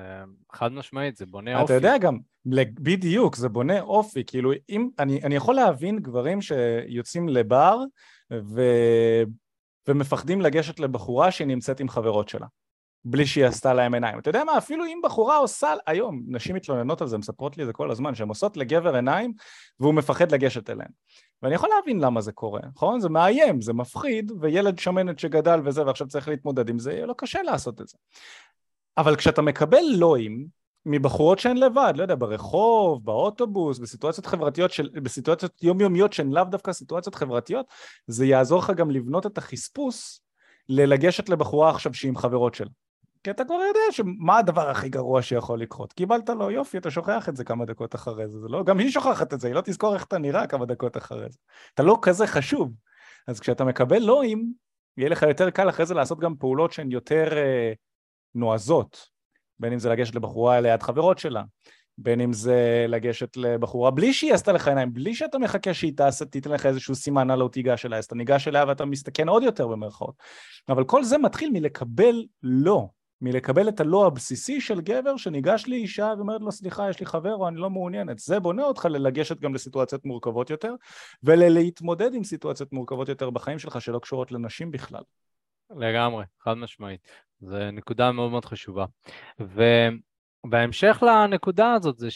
חד משמעית, זה בונה אתה אופי. יודע גם, בדיוק, זה בונה אופי, כאילו אם, אני, אני יכול להבין גברים שיוצאים לבר ו, ומפחדים לגשת לבחורה שהיא נמצאת עם חברות שלה, בלי שהיא עשתה להם עיניים. אתה יודע מה, אפילו אם בחורה עושה, היום, נשים מתלוננות על זה, מספרות לי את זה כל הזמן, שהן עושות לגבר עיניים והוא מפחד לגשת אליהן. ואני יכול להבין למה זה קורה, נכון? זה מאיים, זה מפחיד, וילד שמנת שגדל וזה, ועכשיו צריך להתמודד עם זה, יהיה לו קשה לעשות את זה. אבל כשאתה מקבל לואים מבחורות שהן לבד, לא יודע, ברחוב, באוטובוס, בסיטואציות חברתיות, של, בסיטואציות יומיומיות שהן לאו דווקא סיטואציות חברתיות, זה יעזור לך גם לבנות את החספוס ללגשת לבחורה עכשיו שהיא עם חברות שלה. כי אתה כבר יודע שמה הדבר הכי גרוע שיכול לקרות. קיבלת לו, יופי, אתה שוכח את זה כמה דקות אחרי זה. זה לא, גם היא שוכחת את זה, היא לא תזכור איך אתה נראה כמה דקות אחרי זה. אתה לא כזה חשוב. אז כשאתה מקבל לואים, יהיה לך יותר קל אחרי זה לעשות גם פעולות שהן יותר אה, נועזות. בין אם זה לגשת לבחורה ליד חברות שלה, בין אם זה לגשת לבחורה בלי שהיא עשתה לך עיניים, בלי שאתה מחכה שהיא תעשה, תיתן לך איזשהו סימן על תיגש אליה, אז אתה ניגש אליה ואתה מסתכן עוד יותר במרכאות. אבל כל זה מתחיל מלקבל לא, מלקבל את הלא הבסיסי של גבר שניגש לאישה ואומרת לו סליחה, יש לי חבר או אני לא מעוניינת. זה בונה אותך ללגשת גם לסיטואציות מורכבות יותר, ולהתמודד עם סיטואציות מורכבות יותר בחיים שלך שלא קשורות לנשים בכלל. לגמרי, חד משמעית. זו נקודה מאוד מאוד חשובה. ובהמשך לנקודה הזאת זה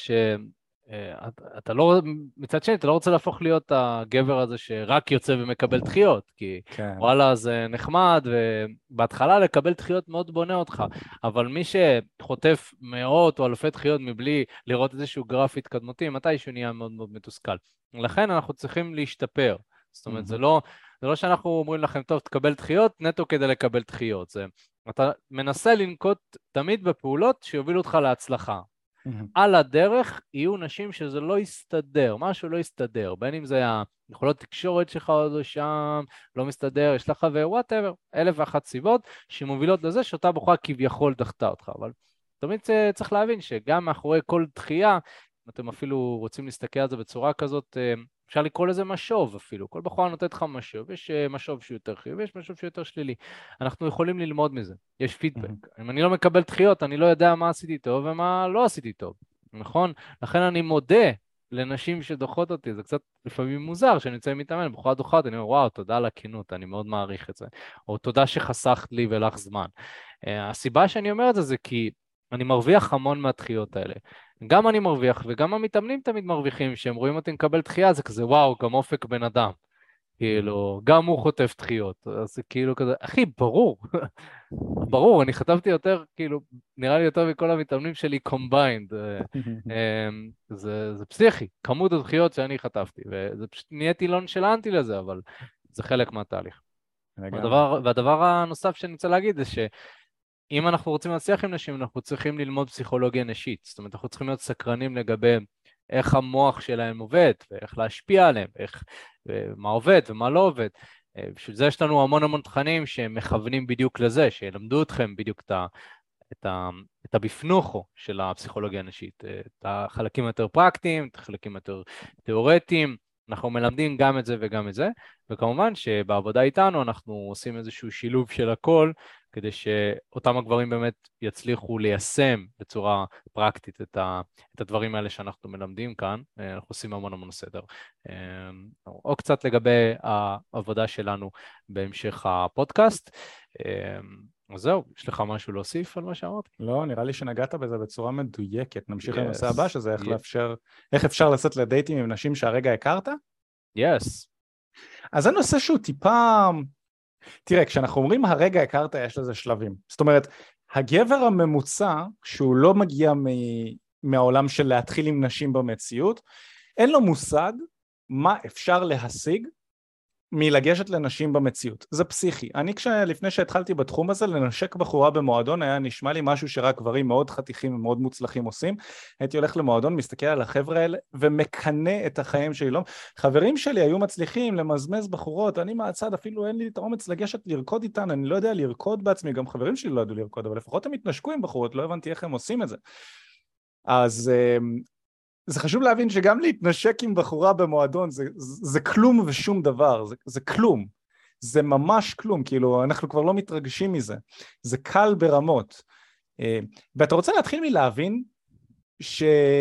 שאתה לא, מצד שני, אתה לא רוצה להפוך להיות הגבר הזה שרק יוצא ומקבל דחיות, כי כן. וואלה זה נחמד, ובהתחלה לקבל דחיות מאוד בונה אותך, אבל מי שחוטף מאות או אלפי דחיות מבלי לראות איזשהו גרף התקדמותי, מתישהו נהיה מאוד מאוד מתוסכל. לכן אנחנו צריכים להשתפר. זאת אומרת, זה לא... זה לא שאנחנו אומרים לכם, טוב, תקבל דחיות, נטו כדי לקבל דחיות. זה, אתה מנסה לנקוט תמיד בפעולות שיובילו אותך להצלחה. על הדרך יהיו נשים שזה לא יסתדר, משהו לא יסתדר, בין אם זה היכולות תקשורת שלך עוד לא שם, לא מסתדר, יש לך ווואטאבר, אלף ואחת סיבות שמובילות לזה שאותה בחורה כביכול דחתה אותך, אבל תמיד צריך להבין שגם מאחורי כל דחייה, אם אתם אפילו רוצים להסתכל על זה בצורה כזאת, אפשר לקרוא לזה משוב אפילו, כל בחורה נותנת לך משוב, יש משוב שהוא יותר חיובי, יש משוב שהוא יותר שלילי, אנחנו יכולים ללמוד מזה, יש פידבק, mm-hmm. אם אני לא מקבל דחיות, אני לא יודע מה עשיתי טוב ומה לא עשיתי טוב, נכון? לכן אני מודה לנשים שדוחות אותי, זה קצת לפעמים מוזר שאני יוצא מתאמן, בחורה דוחה אותי, אני אומר וואו, תודה על הכנות, אני מאוד מעריך את זה, או תודה שחסכת לי ולך זמן. הסיבה שאני אומר את זה זה כי אני מרוויח המון מהדחיות האלה. גם אני מרוויח, וגם המתאמנים תמיד מרוויחים, שהם רואים אותי מקבל דחייה, זה כזה, וואו, גם אופק בן אדם. כאילו, גם הוא חוטף דחיות. אז זה כאילו כזה, אחי, ברור. ברור, אני חטפתי יותר, כאילו, נראה לי יותר מכל המתאמנים שלי קומביינד. זה, זה פסיכי, כמות הדחיות שאני חטפתי, וזה פשוט נהייתי לא נשלנתי לזה, אבל זה חלק מהתהליך. והדבר, והדבר הנוסף שאני רוצה להגיד זה ש... אם אנחנו רוצים להצליח עם נשים, אנחנו צריכים ללמוד פסיכולוגיה נשית. זאת אומרת, אנחנו צריכים להיות סקרנים לגבי איך המוח שלהם עובד, ואיך להשפיע עליהם, איך, מה עובד ומה לא עובד. בשביל זה יש לנו המון המון תכנים שמכוונים בדיוק לזה, שילמדו אתכם בדיוק את, ה, את, ה, את הבפנוכו של הפסיכולוגיה הנשית, את החלקים היותר פרקטיים, את החלקים היותר תיאורטיים. אנחנו מלמדים גם את זה וגם את זה, וכמובן שבעבודה איתנו אנחנו עושים איזשהו שילוב של הכל, כדי שאותם הגברים באמת יצליחו ליישם בצורה פרקטית את, ה, את הדברים האלה שאנחנו מלמדים כאן, אנחנו עושים המון המון סדר. או קצת לגבי העבודה שלנו בהמשך הפודקאסט. אז זהו, יש לך משהו להוסיף על מה שאמרתי? לא, נראה לי שנגעת בזה בצורה מדויקת. נמשיך לנושא הבא, שזה איך לאפשר, איך אפשר לצאת לדייטים עם נשים שהרגע הכרת? Yes. אז זה נושא שהוא טיפה... תראה, כשאנחנו אומרים הרגע הכרת, יש לזה שלבים. זאת אומרת, הגבר הממוצע, שהוא לא מגיע מ... מהעולם של להתחיל עם נשים במציאות, אין לו מושג מה אפשר להשיג מלגשת לנשים במציאות. זה פסיכי. אני לפני שהתחלתי בתחום הזה, לנשק בחורה במועדון היה נשמע לי משהו שרק גברים מאוד חתיכים ומאוד מוצלחים עושים. הייתי הולך למועדון, מסתכל על החבר'ה האלה ומקנה את החיים שלי. לא... חברים שלי היו מצליחים למזמז בחורות, אני מהצד אפילו אין לי את האומץ לגשת לרקוד איתן, אני לא יודע לרקוד בעצמי, גם חברים שלי לא ידעו לרקוד, אבל לפחות הם התנשקו עם בחורות, לא הבנתי איך הם עושים את זה. אז... זה חשוב להבין שגם להתנשק עם בחורה במועדון זה, זה, זה כלום ושום דבר, זה, זה כלום, זה ממש כלום, כאילו אנחנו כבר לא מתרגשים מזה, זה קל ברמות, ואתה רוצה להתחיל מלהבין ש...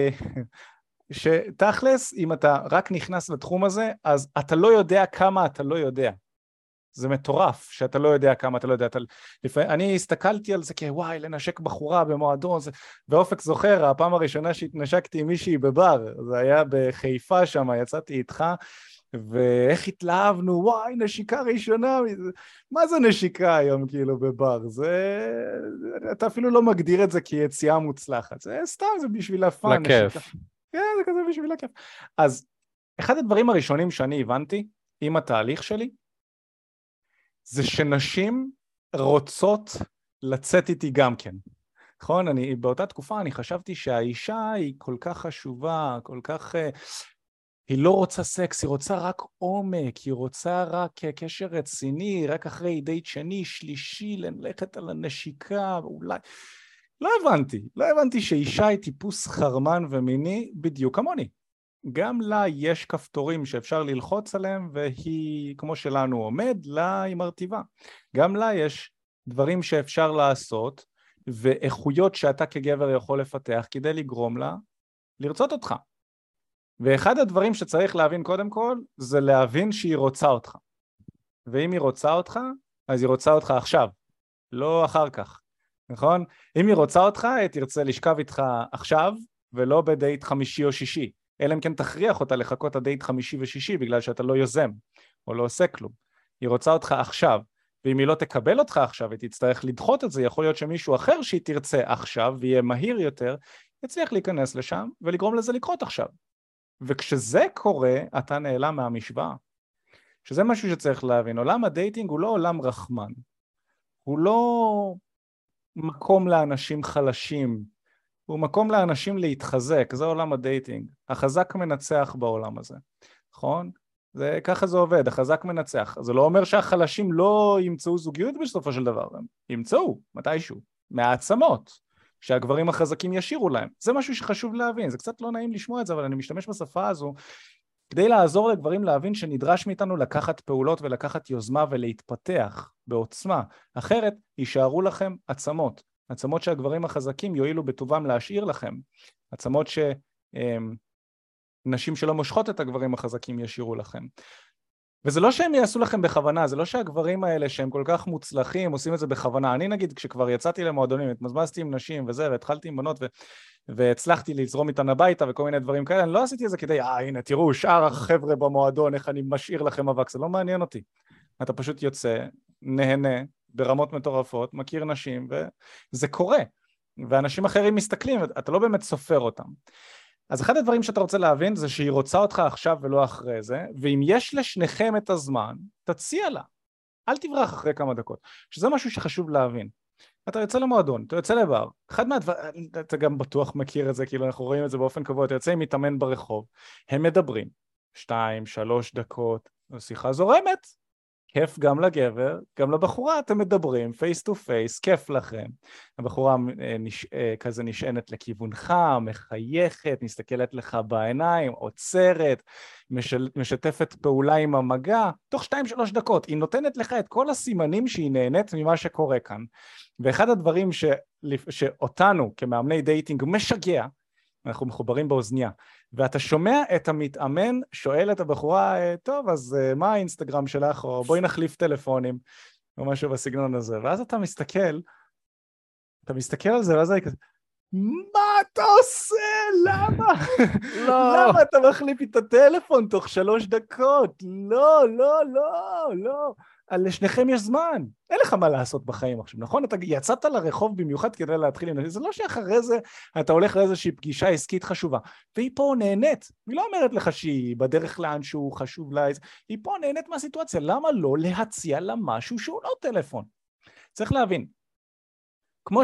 שתכלס אם אתה רק נכנס לתחום הזה, אז אתה לא יודע כמה אתה לא יודע, זה מטורף שאתה לא יודע כמה אתה לא יודע. אתה... לפעמים... אני הסתכלתי על זה כוואי, לנשק בחורה במועדון, זה... ואופק זוכר, הפעם הראשונה שהתנשקתי עם מישהי בבר, זה היה בחיפה שם, יצאתי איתך, ואיך התלהבנו, וואי, נשיקה ראשונה, מה זה נשיקה היום כאילו בבר? זה... אתה אפילו לא מגדיר את זה כיציאה מוצלחת, זה סתם, זה בשביל הפן. לכיף. נשיקה... כן, זה כזה בשביל הכיף. אז אחד הדברים הראשונים שאני הבנתי עם התהליך שלי, זה שנשים רוצות לצאת איתי גם כן. נכון? אני, באותה תקופה אני חשבתי שהאישה היא כל כך חשובה, כל כך... היא לא רוצה סקס, היא רוצה רק עומק, היא רוצה רק קשר רציני, רק אחרי דייט שני, שלישי, ללכת על הנשיקה, אולי... לא הבנתי, לא הבנתי שאישה היא טיפוס חרמן ומיני בדיוק כמוני. גם לה יש כפתורים שאפשר ללחוץ עליהם, והיא, כמו שלנו עומד, לה היא מרטיבה. גם לה יש דברים שאפשר לעשות, ואיכויות שאתה כגבר יכול לפתח, כדי לגרום לה לרצות אותך. ואחד הדברים שצריך להבין קודם כל, זה להבין שהיא רוצה אותך. ואם היא רוצה אותך, אז היא רוצה אותך עכשיו, לא אחר כך. נכון? אם היא רוצה אותך, היא תרצה לשכב איתך עכשיו, ולא בדייט חמישי או שישי. אלא אם כן תכריח אותה לחכות הדייט חמישי ושישי, בגלל שאתה לא יוזם, או לא עושה כלום. היא רוצה אותך עכשיו, ואם היא לא תקבל אותך עכשיו, היא תצטרך לדחות את זה, יכול להיות שמישהו אחר שהיא תרצה עכשיו, ויהיה מהיר יותר, יצליח להיכנס לשם, ולגרום לזה לקרות עכשיו. וכשזה קורה, אתה נעלם מהמשוואה. שזה משהו שצריך להבין. עולם הדייטינג הוא לא עולם רחמן. הוא לא מקום לאנשים חלשים, הוא מקום לאנשים להתחזק, זה עולם הדייטינג. החזק מנצח בעולם הזה, נכון? זה, ככה זה עובד, החזק מנצח. זה לא אומר שהחלשים לא ימצאו זוגיות בסופו של דבר, הם ימצאו מתישהו, מהעצמות, שהגברים החזקים ישירו להם. זה משהו שחשוב להבין, זה קצת לא נעים לשמוע את זה, אבל אני משתמש בשפה הזו, כדי לעזור לגברים להבין שנדרש מאיתנו לקחת פעולות ולקחת יוזמה ולהתפתח בעוצמה, אחרת יישארו לכם עצמות, עצמות שהגברים החזקים יועילו בטובם להשאיר לכם, עצמות שנשים שלא מושכות את הגברים החזקים ישאירו לכם. וזה לא שהם יעשו לכם בכוונה, זה לא שהגברים האלה שהם כל כך מוצלחים עושים את זה בכוונה. אני נגיד כשכבר יצאתי למועדונים, התמזמזתי עם נשים וזה, והתחלתי עם בנות ו... והצלחתי לזרום איתן הביתה וכל מיני דברים כאלה, אני לא עשיתי את זה כדי, אה הנה תראו שאר החבר'ה במועדון איך אני משאיר לכם אבק, זה לא מעניין אותי. אתה פשוט יוצא, נהנה ברמות מטורפות, מכיר נשים וזה קורה, ואנשים אחרים מסתכלים, אתה לא באמת סופר אותם. אז אחד הדברים שאתה רוצה להבין זה שהיא רוצה אותך עכשיו ולא אחרי זה, ואם יש לשניכם את הזמן, תציע לה, אל תברח אחרי כמה דקות, שזה משהו שחשוב להבין. אתה יוצא למועדון, אתה יוצא לבר, אחד מהדברים, אתה גם בטוח מכיר את זה, כאילו אנחנו רואים את זה באופן קבוע, אתה יוצא עם מתאמן ברחוב, הם מדברים, שתיים, שלוש דקות, שיחה זורמת, כיף גם לגבר, גם לבחורה אתם מדברים, פייס טו פייס, כיף לכם, הבחורה נש... כזה נשענת לכיוונך, מחייכת, מסתכלת לך בעיניים, עוצרת, משל... משתפת פעולה עם המגע, תוך שתיים שלוש דקות, היא נותנת לך את כל הסימנים שהיא נהנית ממה שקורה כאן, ואחד הדברים ש... שאותנו כמאמני דייטינג משגע, אנחנו מחוברים באוזניה, ואתה שומע את המתאמן שואל את הבחורה, טוב, אז מה האינסטגרם שלך, או בואי נחליף טלפונים, או משהו בסגנון הזה, ואז אתה מסתכל, אתה מסתכל על זה, ואז אני כזה, מה אתה עושה? למה? לא. למה אתה מחליף את הטלפון תוך שלוש דקות? לא, לא, לא, לא. לשניכם יש זמן, אין לך מה לעשות בחיים עכשיו, נכון? אתה יצאת לרחוב במיוחד כדי להתחיל עם זה, זה לא שאחרי זה אתה הולך לאיזושהי פגישה עסקית חשובה, והיא פה נהנית, היא לא אומרת לך שהיא בדרך לאן שהוא חשוב לה, היא פה נהנית מהסיטואציה, למה לא להציע לה משהו שהוא לא טלפון? צריך להבין, כמו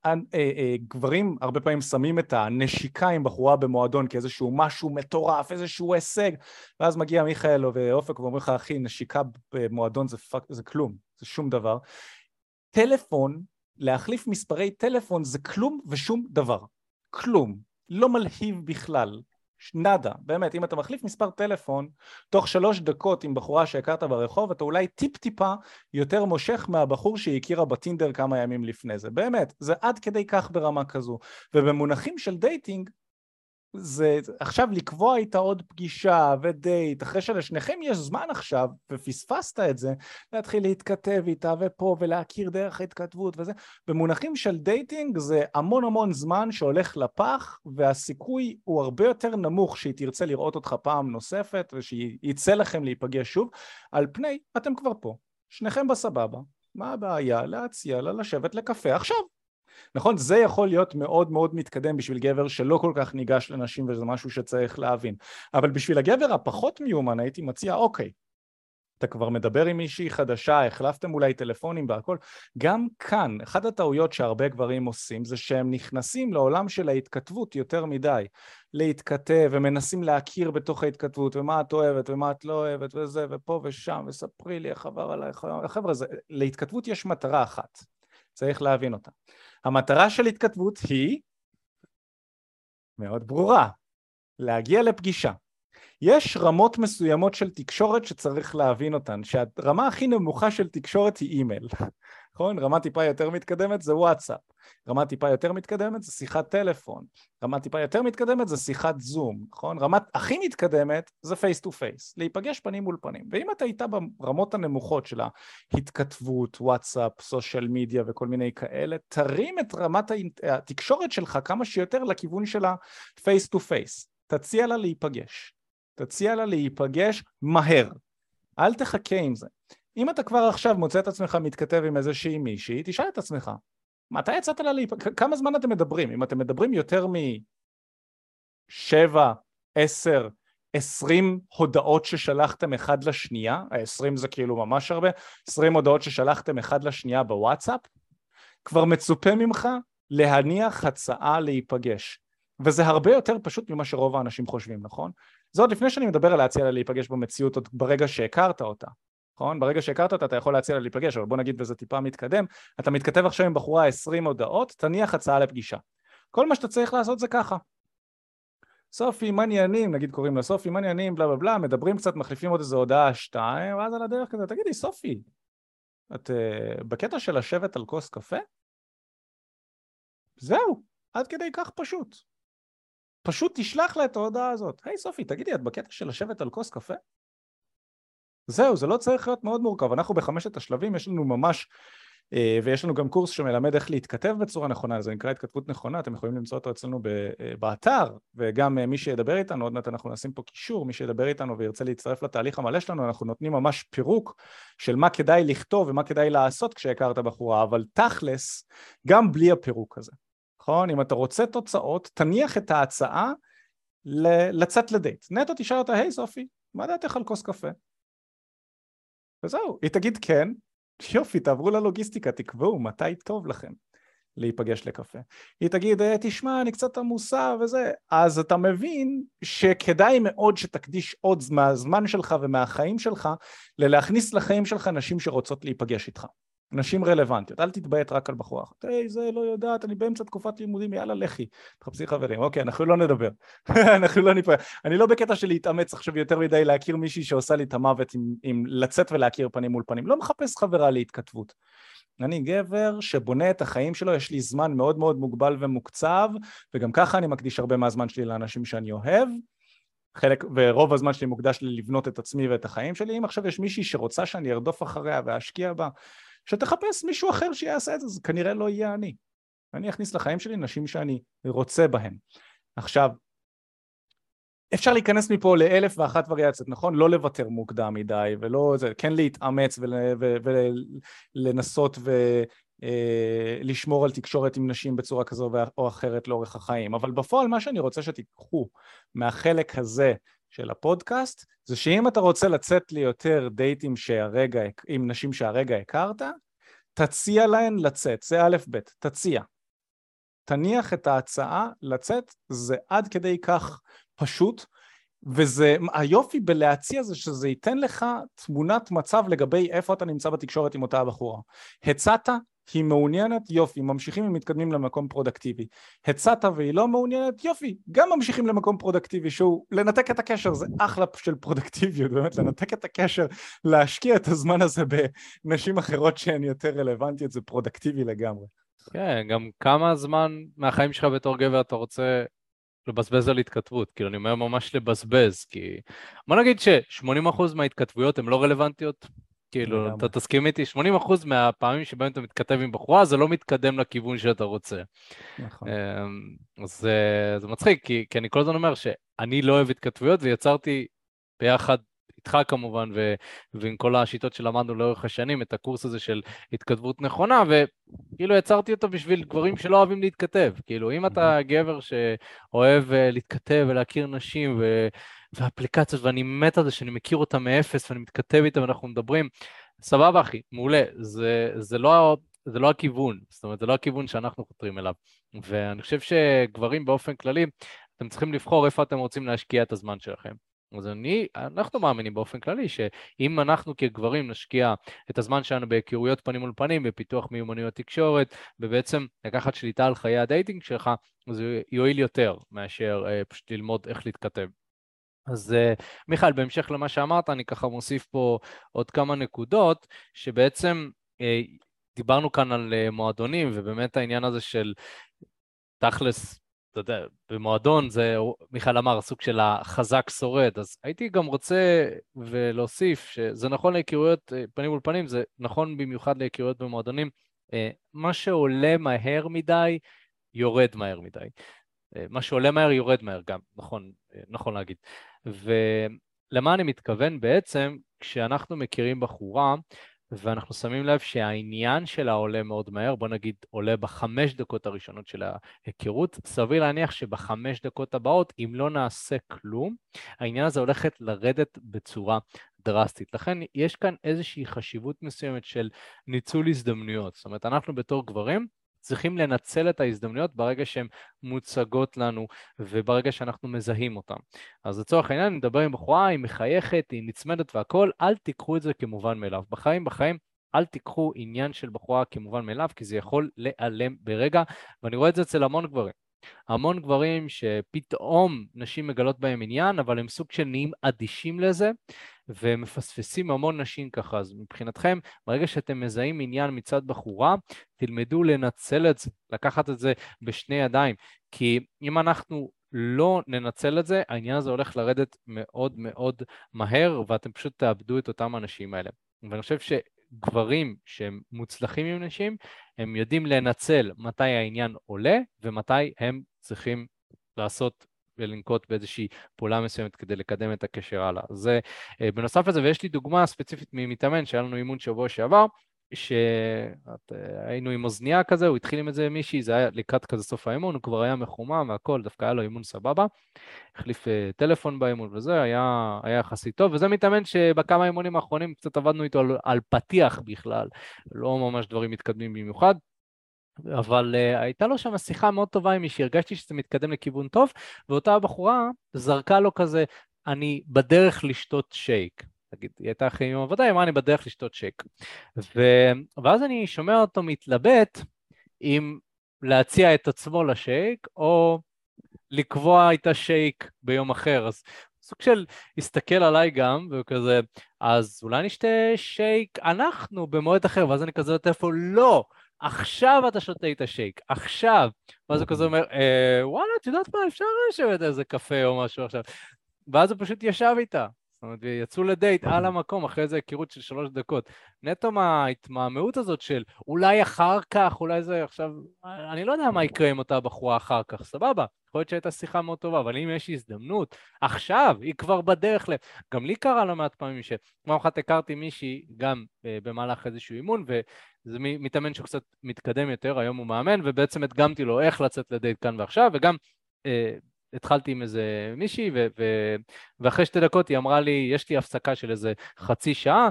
שגברים הרבה פעמים שמים את הנשיקה עם בחורה במועדון כאיזשהו משהו מטורף, איזשהו הישג, ואז מגיע מיכאל ואופק ואומר לך, אחי, נשיקה במועדון זה, פק, זה כלום, זה שום דבר. טלפון, להחליף מספרי טלפון זה כלום ושום דבר. כלום. לא מלהיב בכלל. נדה, באמת, אם אתה מחליף מספר טלפון, תוך שלוש דקות עם בחורה שהכרת ברחוב, אתה אולי טיפ טיפה יותר מושך מהבחור שהכירה בטינדר כמה ימים לפני זה. באמת, זה עד כדי כך ברמה כזו. ובמונחים של דייטינג, זה עכשיו לקבוע איתה עוד פגישה ודייט, אחרי שלשניכם יש זמן עכשיו, ופספסת את זה, להתחיל להתכתב איתה ופה ולהכיר דרך ההתכתבות וזה, במונחים של דייטינג זה המון המון זמן שהולך לפח, והסיכוי הוא הרבה יותר נמוך שהיא תרצה לראות אותך פעם נוספת, ושיצא לכם להיפגש שוב, על פני, אתם כבר פה, שניכם בסבבה, מה הבעיה? להציע לה לשבת לקפה עכשיו. נכון? זה יכול להיות מאוד מאוד מתקדם בשביל גבר שלא כל כך ניגש לנשים, וזה משהו שצריך להבין. אבל בשביל הגבר הפחות מיומן הייתי מציע, אוקיי, אתה כבר מדבר עם מישהי חדשה, החלפתם אולי טלפונים והכל, גם כאן, אחת הטעויות שהרבה גברים עושים, זה שהם נכנסים לעולם של ההתכתבות יותר מדי, להתכתב, ומנסים להכיר בתוך ההתכתבות, ומה את אוהבת, ומה את לא אוהבת, וזה, ופה ושם, וספרי לי איך עבר עלייך, חבר'ה, זה, להתכתבות יש מטרה אחת, צריך להבין אותה. המטרה של התכתבות היא מאוד ברורה, להגיע לפגישה. יש רמות מסוימות של תקשורת שצריך להבין אותן, שהרמה הכי נמוכה של תקשורת היא אימייל, נכון? רמה טיפה יותר מתקדמת זה וואטסאפ, רמה טיפה יותר מתקדמת זה שיחת טלפון, רמה טיפה יותר מתקדמת זה שיחת זום, נכון? רמה הכי מתקדמת זה פייס טו פייס, להיפגש פנים מול פנים, ואם אתה איתה ברמות הנמוכות של ההתכתבות, וואטסאפ, סושיאל מדיה וכל מיני כאלה, תרים את רמת התקשורת שלך כמה שיותר לכיוון של הפייס טו פייס, תציע לה להיפגש. תציע לה להיפגש מהר, אל תחכה עם זה. אם אתה כבר עכשיו מוצא את עצמך מתכתב עם איזושהי מישהי, תשאל את עצמך, מתי יצאת לה להיפגש? כמה זמן אתם מדברים? אם אתם מדברים יותר משבע, עשר, עשרים הודעות ששלחתם אחד לשנייה, ה-עשרים זה כאילו ממש הרבה, עשרים הודעות ששלחתם אחד לשנייה בוואטסאפ, כבר מצופה ממך להניח הצעה להיפגש. וזה הרבה יותר פשוט ממה שרוב האנשים חושבים, נכון? זה עוד לפני שאני מדבר על להציע לה להיפגש במציאות, עוד ברגע שהכרת אותה. נכון? ברגע שהכרת אותה אתה יכול להציע לה להיפגש, אבל בוא נגיד וזה טיפה מתקדם, אתה מתכתב עכשיו עם בחורה עשרים הודעות, תניח הצעה לפגישה. כל מה שאתה צריך לעשות זה ככה. סופי, מה עניינים, נגיד קוראים לה סופי, מה עניינים, בלה בלה בלה, מדברים קצת, מחליפים עוד איזו הודעה שתיים, ואז על הדרך כזה, תגידי, סופי, את uh, בקטע של לשבת על כוס קפה? זהו, עד כדי כך פשוט. פשוט תשלח לה את ההודעה הזאת. היי סופי, תגידי, את בקטע של לשבת על כוס קפה? זהו, זה לא צריך להיות מאוד מורכב. אנחנו בחמשת השלבים, יש לנו ממש, ויש לנו גם קורס שמלמד איך להתכתב בצורה נכונה, זה נקרא התכתבות נכונה, אתם יכולים למצוא אותו אצלנו באתר, וגם מי שידבר איתנו, עוד מעט אנחנו נשים פה קישור, מי שידבר איתנו וירצה להצטרף לתהליך המלא שלנו, אנחנו נותנים ממש פירוק של מה כדאי לכתוב ומה כדאי לעשות כשהכרת בחורה, אבל תכלס, גם בלי הפירוק הזה. נכון? אם אתה רוצה תוצאות, תניח את ההצעה לצאת לדייט. נטו תשאל אותה, היי סופי, מה דעתך על כוס קפה? וזהו, היא תגיד כן, יופי, תעברו ללוגיסטיקה, תקבעו מתי טוב לכם להיפגש לקפה. היא תגיד, תשמע, אני קצת עמוסה וזה, אז אתה מבין שכדאי מאוד שתקדיש עוד מהזמן שלך ומהחיים שלך, ללהכניס לחיים שלך נשים שרוצות להיפגש איתך. נשים רלוונטיות, אל תתבייט רק על בחורה אחת. היי, זה לא יודעת, אני באמצע תקופת לימודים, יאללה, לכי, תחפשי חברים. אוקיי, אנחנו לא נדבר. אנחנו לא נפגש. אני לא בקטע של להתאמץ עכשיו יותר מדי להכיר מישהי שעושה לי את המוות עם, עם לצאת ולהכיר פנים מול פנים. לא מחפש חברה להתכתבות. אני גבר שבונה את החיים שלו, יש לי זמן מאוד מאוד מוגבל ומוקצב, וגם ככה אני מקדיש הרבה מהזמן שלי לאנשים שאני אוהב. חלק, ורוב הזמן שלי מוקדש לי לבנות את עצמי ואת החיים שלי. אם עכשיו יש מישהי שרוצה שאני ארדוף אחריה ואשקיע בה, שתחפש מישהו אחר שיעשה את זה, זה כנראה לא יהיה אני. אני אכניס לחיים שלי נשים שאני רוצה בהם. עכשיו, אפשר להיכנס מפה לאלף ואחת וריאציות, נכון? לא לוותר מוקדם מדי, ולא זה, כן להתאמץ ולנסות ולשמור על תקשורת עם נשים בצורה כזו או אחרת לאורך החיים. אבל בפועל מה שאני רוצה שתיקחו מהחלק הזה של הפודקאסט, זה שאם אתה רוצה לצאת ליותר דייטים שהרגע, עם נשים שהרגע הכרת, תציע להן לצאת, זה א' ב', תציע. תניח את ההצעה לצאת, זה עד כדי כך פשוט, וזה, היופי בלהציע זה שזה ייתן לך תמונת מצב לגבי איפה אתה נמצא בתקשורת עם אותה הבחורה. הצעת, היא מעוניינת, יופי, ממשיכים ומתקדמים למקום פרודקטיבי. הצעת והיא לא מעוניינת, יופי, גם ממשיכים למקום פרודקטיבי, שהוא לנתק את הקשר, זה אחלה של פרודקטיביות, באמת, לנתק את הקשר, להשקיע את הזמן הזה בנשים אחרות שהן יותר רלוונטיות, זה פרודקטיבי לגמרי. כן, גם כמה זמן מהחיים שלך בתור גבר אתה רוצה לבזבז על התכתבות, כאילו אני אומר ממש לבזבז, כי בוא נגיד ש-שמונים אחוז מההתכתבויות הן לא רלוונטיות, כאילו אתה תסכים איתי, שמונים אחוז מהפעמים שבהם אתה מתכתב עם בחורה, זה לא מתקדם לכיוון שאתה רוצה. נכון. אז זה, זה מצחיק, כי, כי אני כל הזמן אומר שאני לא אוהב התכתבויות, ויצרתי ביחד איתך כמובן, ו, ועם כל השיטות שלמדנו לאורך השנים, את הקורס הזה של התכתבות נכונה, וכאילו יצרתי אותו בשביל גברים שלא אוהבים להתכתב. כאילו, אם אתה גבר שאוהב להתכתב ולהכיר נשים ו... ואפליקציות, ואני מת על זה שאני מכיר אותה מאפס, ואני מתכתב איתה ואנחנו מדברים, סבבה אחי, מעולה, זה, זה לא... זה לא הכיוון, זאת אומרת, זה לא הכיוון שאנחנו חותרים אליו. ואני חושב שגברים באופן כללי, אתם צריכים לבחור איפה אתם רוצים להשקיע את הזמן שלכם. אז אני, אנחנו מאמינים באופן כללי שאם אנחנו כגברים נשקיע את הזמן שלנו בהיכרויות פנים מול פנים, בפיתוח מיומנויות תקשורת, ובעצם לקחת שליטה על חיי הדייטינג שלך, זה יועיל יותר מאשר אה, פשוט ללמוד איך להתכתב. אז אה, מיכאל, בהמשך למה שאמרת, אני ככה מוסיף פה עוד כמה נקודות, שבעצם אה, דיברנו כאן על אה, מועדונים, ובאמת העניין הזה של תכלס, אתה יודע, במועדון זה, מיכאל אמר, סוג של החזק שורד, אז הייתי גם רוצה ולהוסיף שזה נכון להיכרויות פנים מול פנים, זה נכון במיוחד להיכרויות במועדונים, מה שעולה מהר מדי, יורד מהר מדי. מה שעולה מהר, יורד מהר גם, נכון, נכון להגיד. ולמה אני מתכוון בעצם, כשאנחנו מכירים בחורה, ואנחנו שמים לב שהעניין שלה עולה מאוד מהר, בוא נגיד עולה בחמש דקות הראשונות של ההיכרות, סביר להניח שבחמש דקות הבאות, אם לא נעשה כלום, העניין הזה הולכת לרדת בצורה דרסטית. לכן יש כאן איזושהי חשיבות מסוימת של ניצול הזדמנויות. זאת אומרת, אנחנו בתור גברים צריכים לנצל את ההזדמנויות ברגע שהן מוצגות לנו וברגע שאנחנו מזהים אותן. אז לצורך העניין, אני מדבר עם בחורה, היא מחייכת, היא נצמדת והכל, אל תיקחו את זה כמובן מאליו. בחיים, בחיים, אל תיקחו עניין של בחורה כמובן מאליו, כי זה יכול להיעלם ברגע, ואני רואה את זה אצל המון גברים. המון גברים שפתאום נשים מגלות בהם עניין, אבל הם סוג של נהיים אדישים לזה, ומפספסים המון נשים ככה. אז מבחינתכם, ברגע שאתם מזהים עניין מצד בחורה, תלמדו לנצל את זה, לקחת את זה בשני ידיים, כי אם אנחנו לא ננצל את זה, העניין הזה הולך לרדת מאוד מאוד מהר, ואתם פשוט תאבדו את אותם האנשים האלה. ואני חושב שגברים שהם מוצלחים עם נשים, הם יודעים לנצל מתי העניין עולה, ומתי הם צריכים לעשות ולנקוט באיזושהי פעולה מסוימת כדי לקדם את הקשר הלאה. זה בנוסף לזה, ויש לי דוגמה ספציפית ממתאמן, שהיה לנו אימון שבוע שעבר, שהיינו עם אוזנייה כזה, הוא התחיל עם את זה מישהי, זה היה לקראת כזה סוף האימון, הוא כבר היה מחומם והכל, דווקא היה לו אימון סבבה, החליף טלפון באימון וזה, היה, היה יחסית טוב, וזה מתאמן שבכמה אימונים האחרונים קצת עבדנו איתו על, על פתיח בכלל, לא ממש דברים מתקדמים במיוחד, אבל uh, הייתה לו שם שיחה מאוד טובה עם מישהי, הרגשתי שזה מתקדם לכיוון טוב, ואותה הבחורה זרקה לו כזה, אני בדרך לשתות שייק. תגיד, היא הייתה אחרי יום עבודה, היא אמרה, אני בדרך לשתות שייק. ו... ואז אני שומע אותו מתלבט אם להציע את עצמו לשייק, או לקבוע את השייק ביום אחר. אז סוג של הסתכל עליי גם, וכזה, אז אולי נשתה שייק אנחנו במועד אחר, ואז אני כזה לטלפון, לא! עכשיו אתה שותה את השייק, עכשיו. ואז הוא כזה אומר, אה, וואלה, את יודעת מה, אפשר לשבת איזה קפה או משהו עכשיו. ואז הוא פשוט ישב איתה. זאת אומרת, יצאו לדייט על המקום, אחרי איזה היכרות של שלוש דקות. נטו מההתמהמהות הזאת של אולי אחר כך, אולי זה עכשיו, אני לא יודע מה יקרה עם אותה בחורה אחר כך, סבבה. יכול להיות שהייתה שיחה מאוד טובה, אבל אם יש הזדמנות, עכשיו, היא כבר בדרך ל... גם לי קרה לא מעט פעמים שכמו אחת הכרתי מישהי גם במהלך איזשהו אימון, וזה מתאמן שהוא קצת מתקדם יותר, היום הוא מאמן, ובעצם הדגמתי לו איך לצאת לדייט כאן ועכשיו, וגם אה, התחלתי עם איזה מישהי, ו- ו- ואחרי שתי דקות היא אמרה לי, יש לי הפסקה של איזה חצי שעה,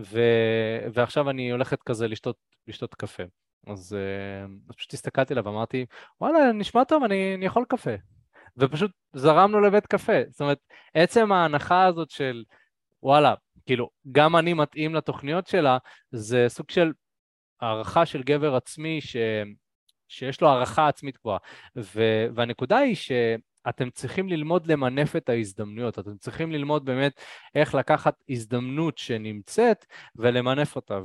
ו- ועכשיו אני הולכת כזה לשתות, לשתות קפה. אז uh, פשוט הסתכלתי לה ואמרתי, וואלה, נשמע טוב, אני, אני יכול קפה. ופשוט זרמנו לבית קפה. זאת אומרת, עצם ההנחה הזאת של, וואלה, כאילו, גם אני מתאים לתוכניות שלה, זה סוג של הערכה של גבר עצמי ש... שיש לו הערכה עצמית גבוהה. ו... והנקודה היא ש... אתם צריכים ללמוד למנף את ההזדמנויות, אתם צריכים ללמוד באמת איך לקחת הזדמנות שנמצאת ולמנף אותה,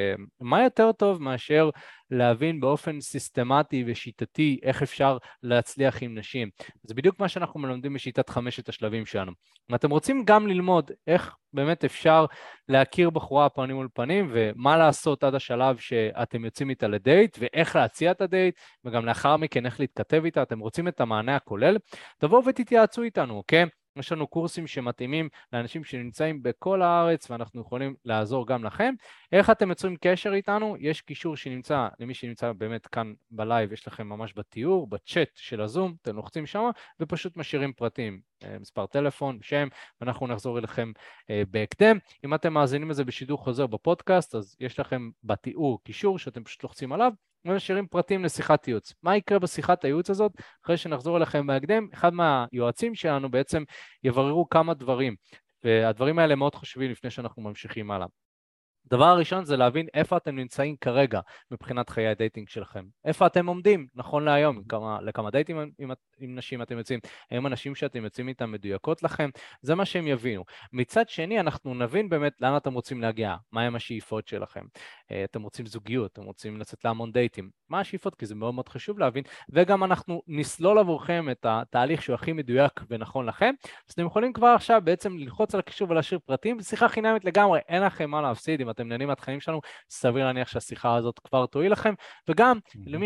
ומה יותר טוב מאשר להבין באופן סיסטמטי ושיטתי איך אפשר להצליח עם נשים. זה בדיוק מה שאנחנו מלמדים בשיטת חמשת השלבים שלנו. ואתם רוצים גם ללמוד איך באמת אפשר להכיר בחורה פנים מול פנים, ומה לעשות עד השלב שאתם יוצאים איתה לדייט, ואיך להציע את הדייט, וגם לאחר מכן איך להתכתב איתה, אתם רוצים את המענה הכולל, תבואו ותתייעצו איתנו, אוקיי? יש לנו קורסים שמתאימים לאנשים שנמצאים בכל הארץ, ואנחנו יכולים לעזור גם לכם. איך אתם יוצרים קשר איתנו? יש קישור שנמצא, למי שנמצא באמת כאן בלייב, יש לכם ממש בתיאור, בצ'אט של הזום, אתם לוחצים שם, ופשוט משאירים פרטים, מספר טלפון, שם, ואנחנו נחזור אליכם בהקדם. אם אתם מאזינים לזה בשידור חוזר בפודקאסט, אז יש לכם בתיאור קישור שאתם פשוט לוחצים עליו, ומשאירים פרטים לשיחת ייעוץ. מה יקרה בשיחת הייעוץ הזאת? אחרי שנחזור אליכם בהקדם, אחד מהיועצים שלנו בעצם יבררו כמה דברים, והדברים האלה מאוד חשובים לפני שאנחנו ממשיכים הלאה. דבר הראשון זה להבין איפה אתם נמצאים כרגע מבחינת חיי הדייטינג שלכם. איפה אתם עומדים נכון להיום, כמה, לכמה דייטים עם, עם, עם נשים אתם יוצאים, האם הנשים שאתם יוצאים איתם מדויקות לכם, זה מה שהם יבינו. מצד שני אנחנו נבין באמת לאן אתם רוצים להגיע, מהם השאיפות שלכם. אתם רוצים זוגיות, אתם רוצים לצאת להמון דייטים, מה השאיפות? כי זה מאוד מאוד חשוב להבין, וגם אנחנו נסלול עבורכם את התהליך שהוא הכי מדויק ונכון לכם, אז אתם יכולים כבר עכשיו בעצם ללחוץ על הקישור ולהשאיר פרטים, שיחה חינמית לגמרי, אין לכם מה להפסיד, אם אתם נהנים מהתכנים שלנו, סביר להניח שהשיחה הזאת כבר תועיל לכם, וגם למי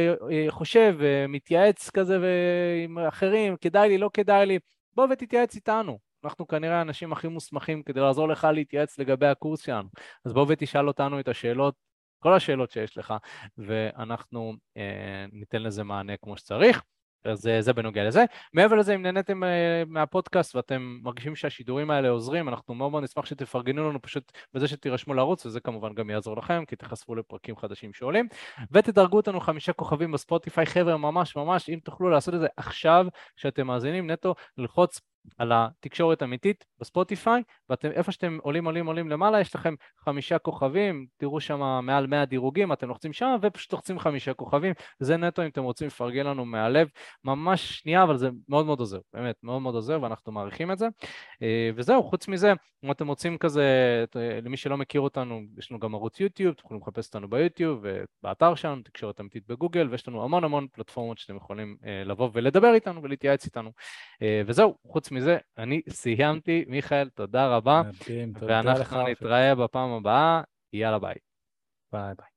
שחושב ומתייעץ כזה ועם אחרים, כדאי לי, לא כדאי לי, בוא ותתייעץ איתנו. אנחנו כנראה האנשים הכי מוסמכים כדי לעזור לך להתייעץ לגבי הקורס שלנו. אז בוא ותשאל אותנו את השאלות, כל השאלות שיש לך, ואנחנו אה, ניתן לזה מענה כמו שצריך. אז זה בנוגע לזה. מעבר לזה, אם נהניתם מהפודקאסט ואתם מרגישים שהשידורים האלה עוזרים, אנחנו מאוד מאוד נשמח שתפרגנו לנו פשוט בזה שתירשמו לערוץ, וזה כמובן גם יעזור לכם, כי תחשפו לפרקים חדשים שעולים, ותדרגו אותנו חמישה כוכבים בספוטיפיי. חבר'ה, ממש ממש, אם תוכלו לעשות את זה עכשיו, כשאתם מאזינים, נטו ללחוץ על התקשורת אמיתית בספוטיפיי, ואיפה שאתם עולים עולים עולים למעלה, יש לכם חמישה כוכבים, תראו שם מעל מאה דירוגים, אתם לוחצים שם ופשוט לוחצים חמישה כוכבים, זה נטו אם אתם רוצים לפרגן לנו מהלב, ממש שנייה, אבל זה מאוד מאוד עוזר, באמת מאוד מאוד עוזר, ואנחנו מעריכים את זה. וזהו, חוץ מזה, אם אתם רוצים כזה, למי שלא מכיר אותנו, יש לנו גם ערוץ יוטיוב, אתם יכולים לחפש אותנו ביוטיוב ובאתר שלנו, תקשורת אמיתית בגוגל, ויש לנו המון המון פלטפורמות שאתם יכולים לבוא ולדבר איתנו ולהתייעץ איתנו. וזהו, חוץ מזה, אני סיימתי. מיכאל, תודה רבה, מדהים, תודה לך. ואנחנו נתראה בפעם הבאה. יאללה, ביי. ביי ביי.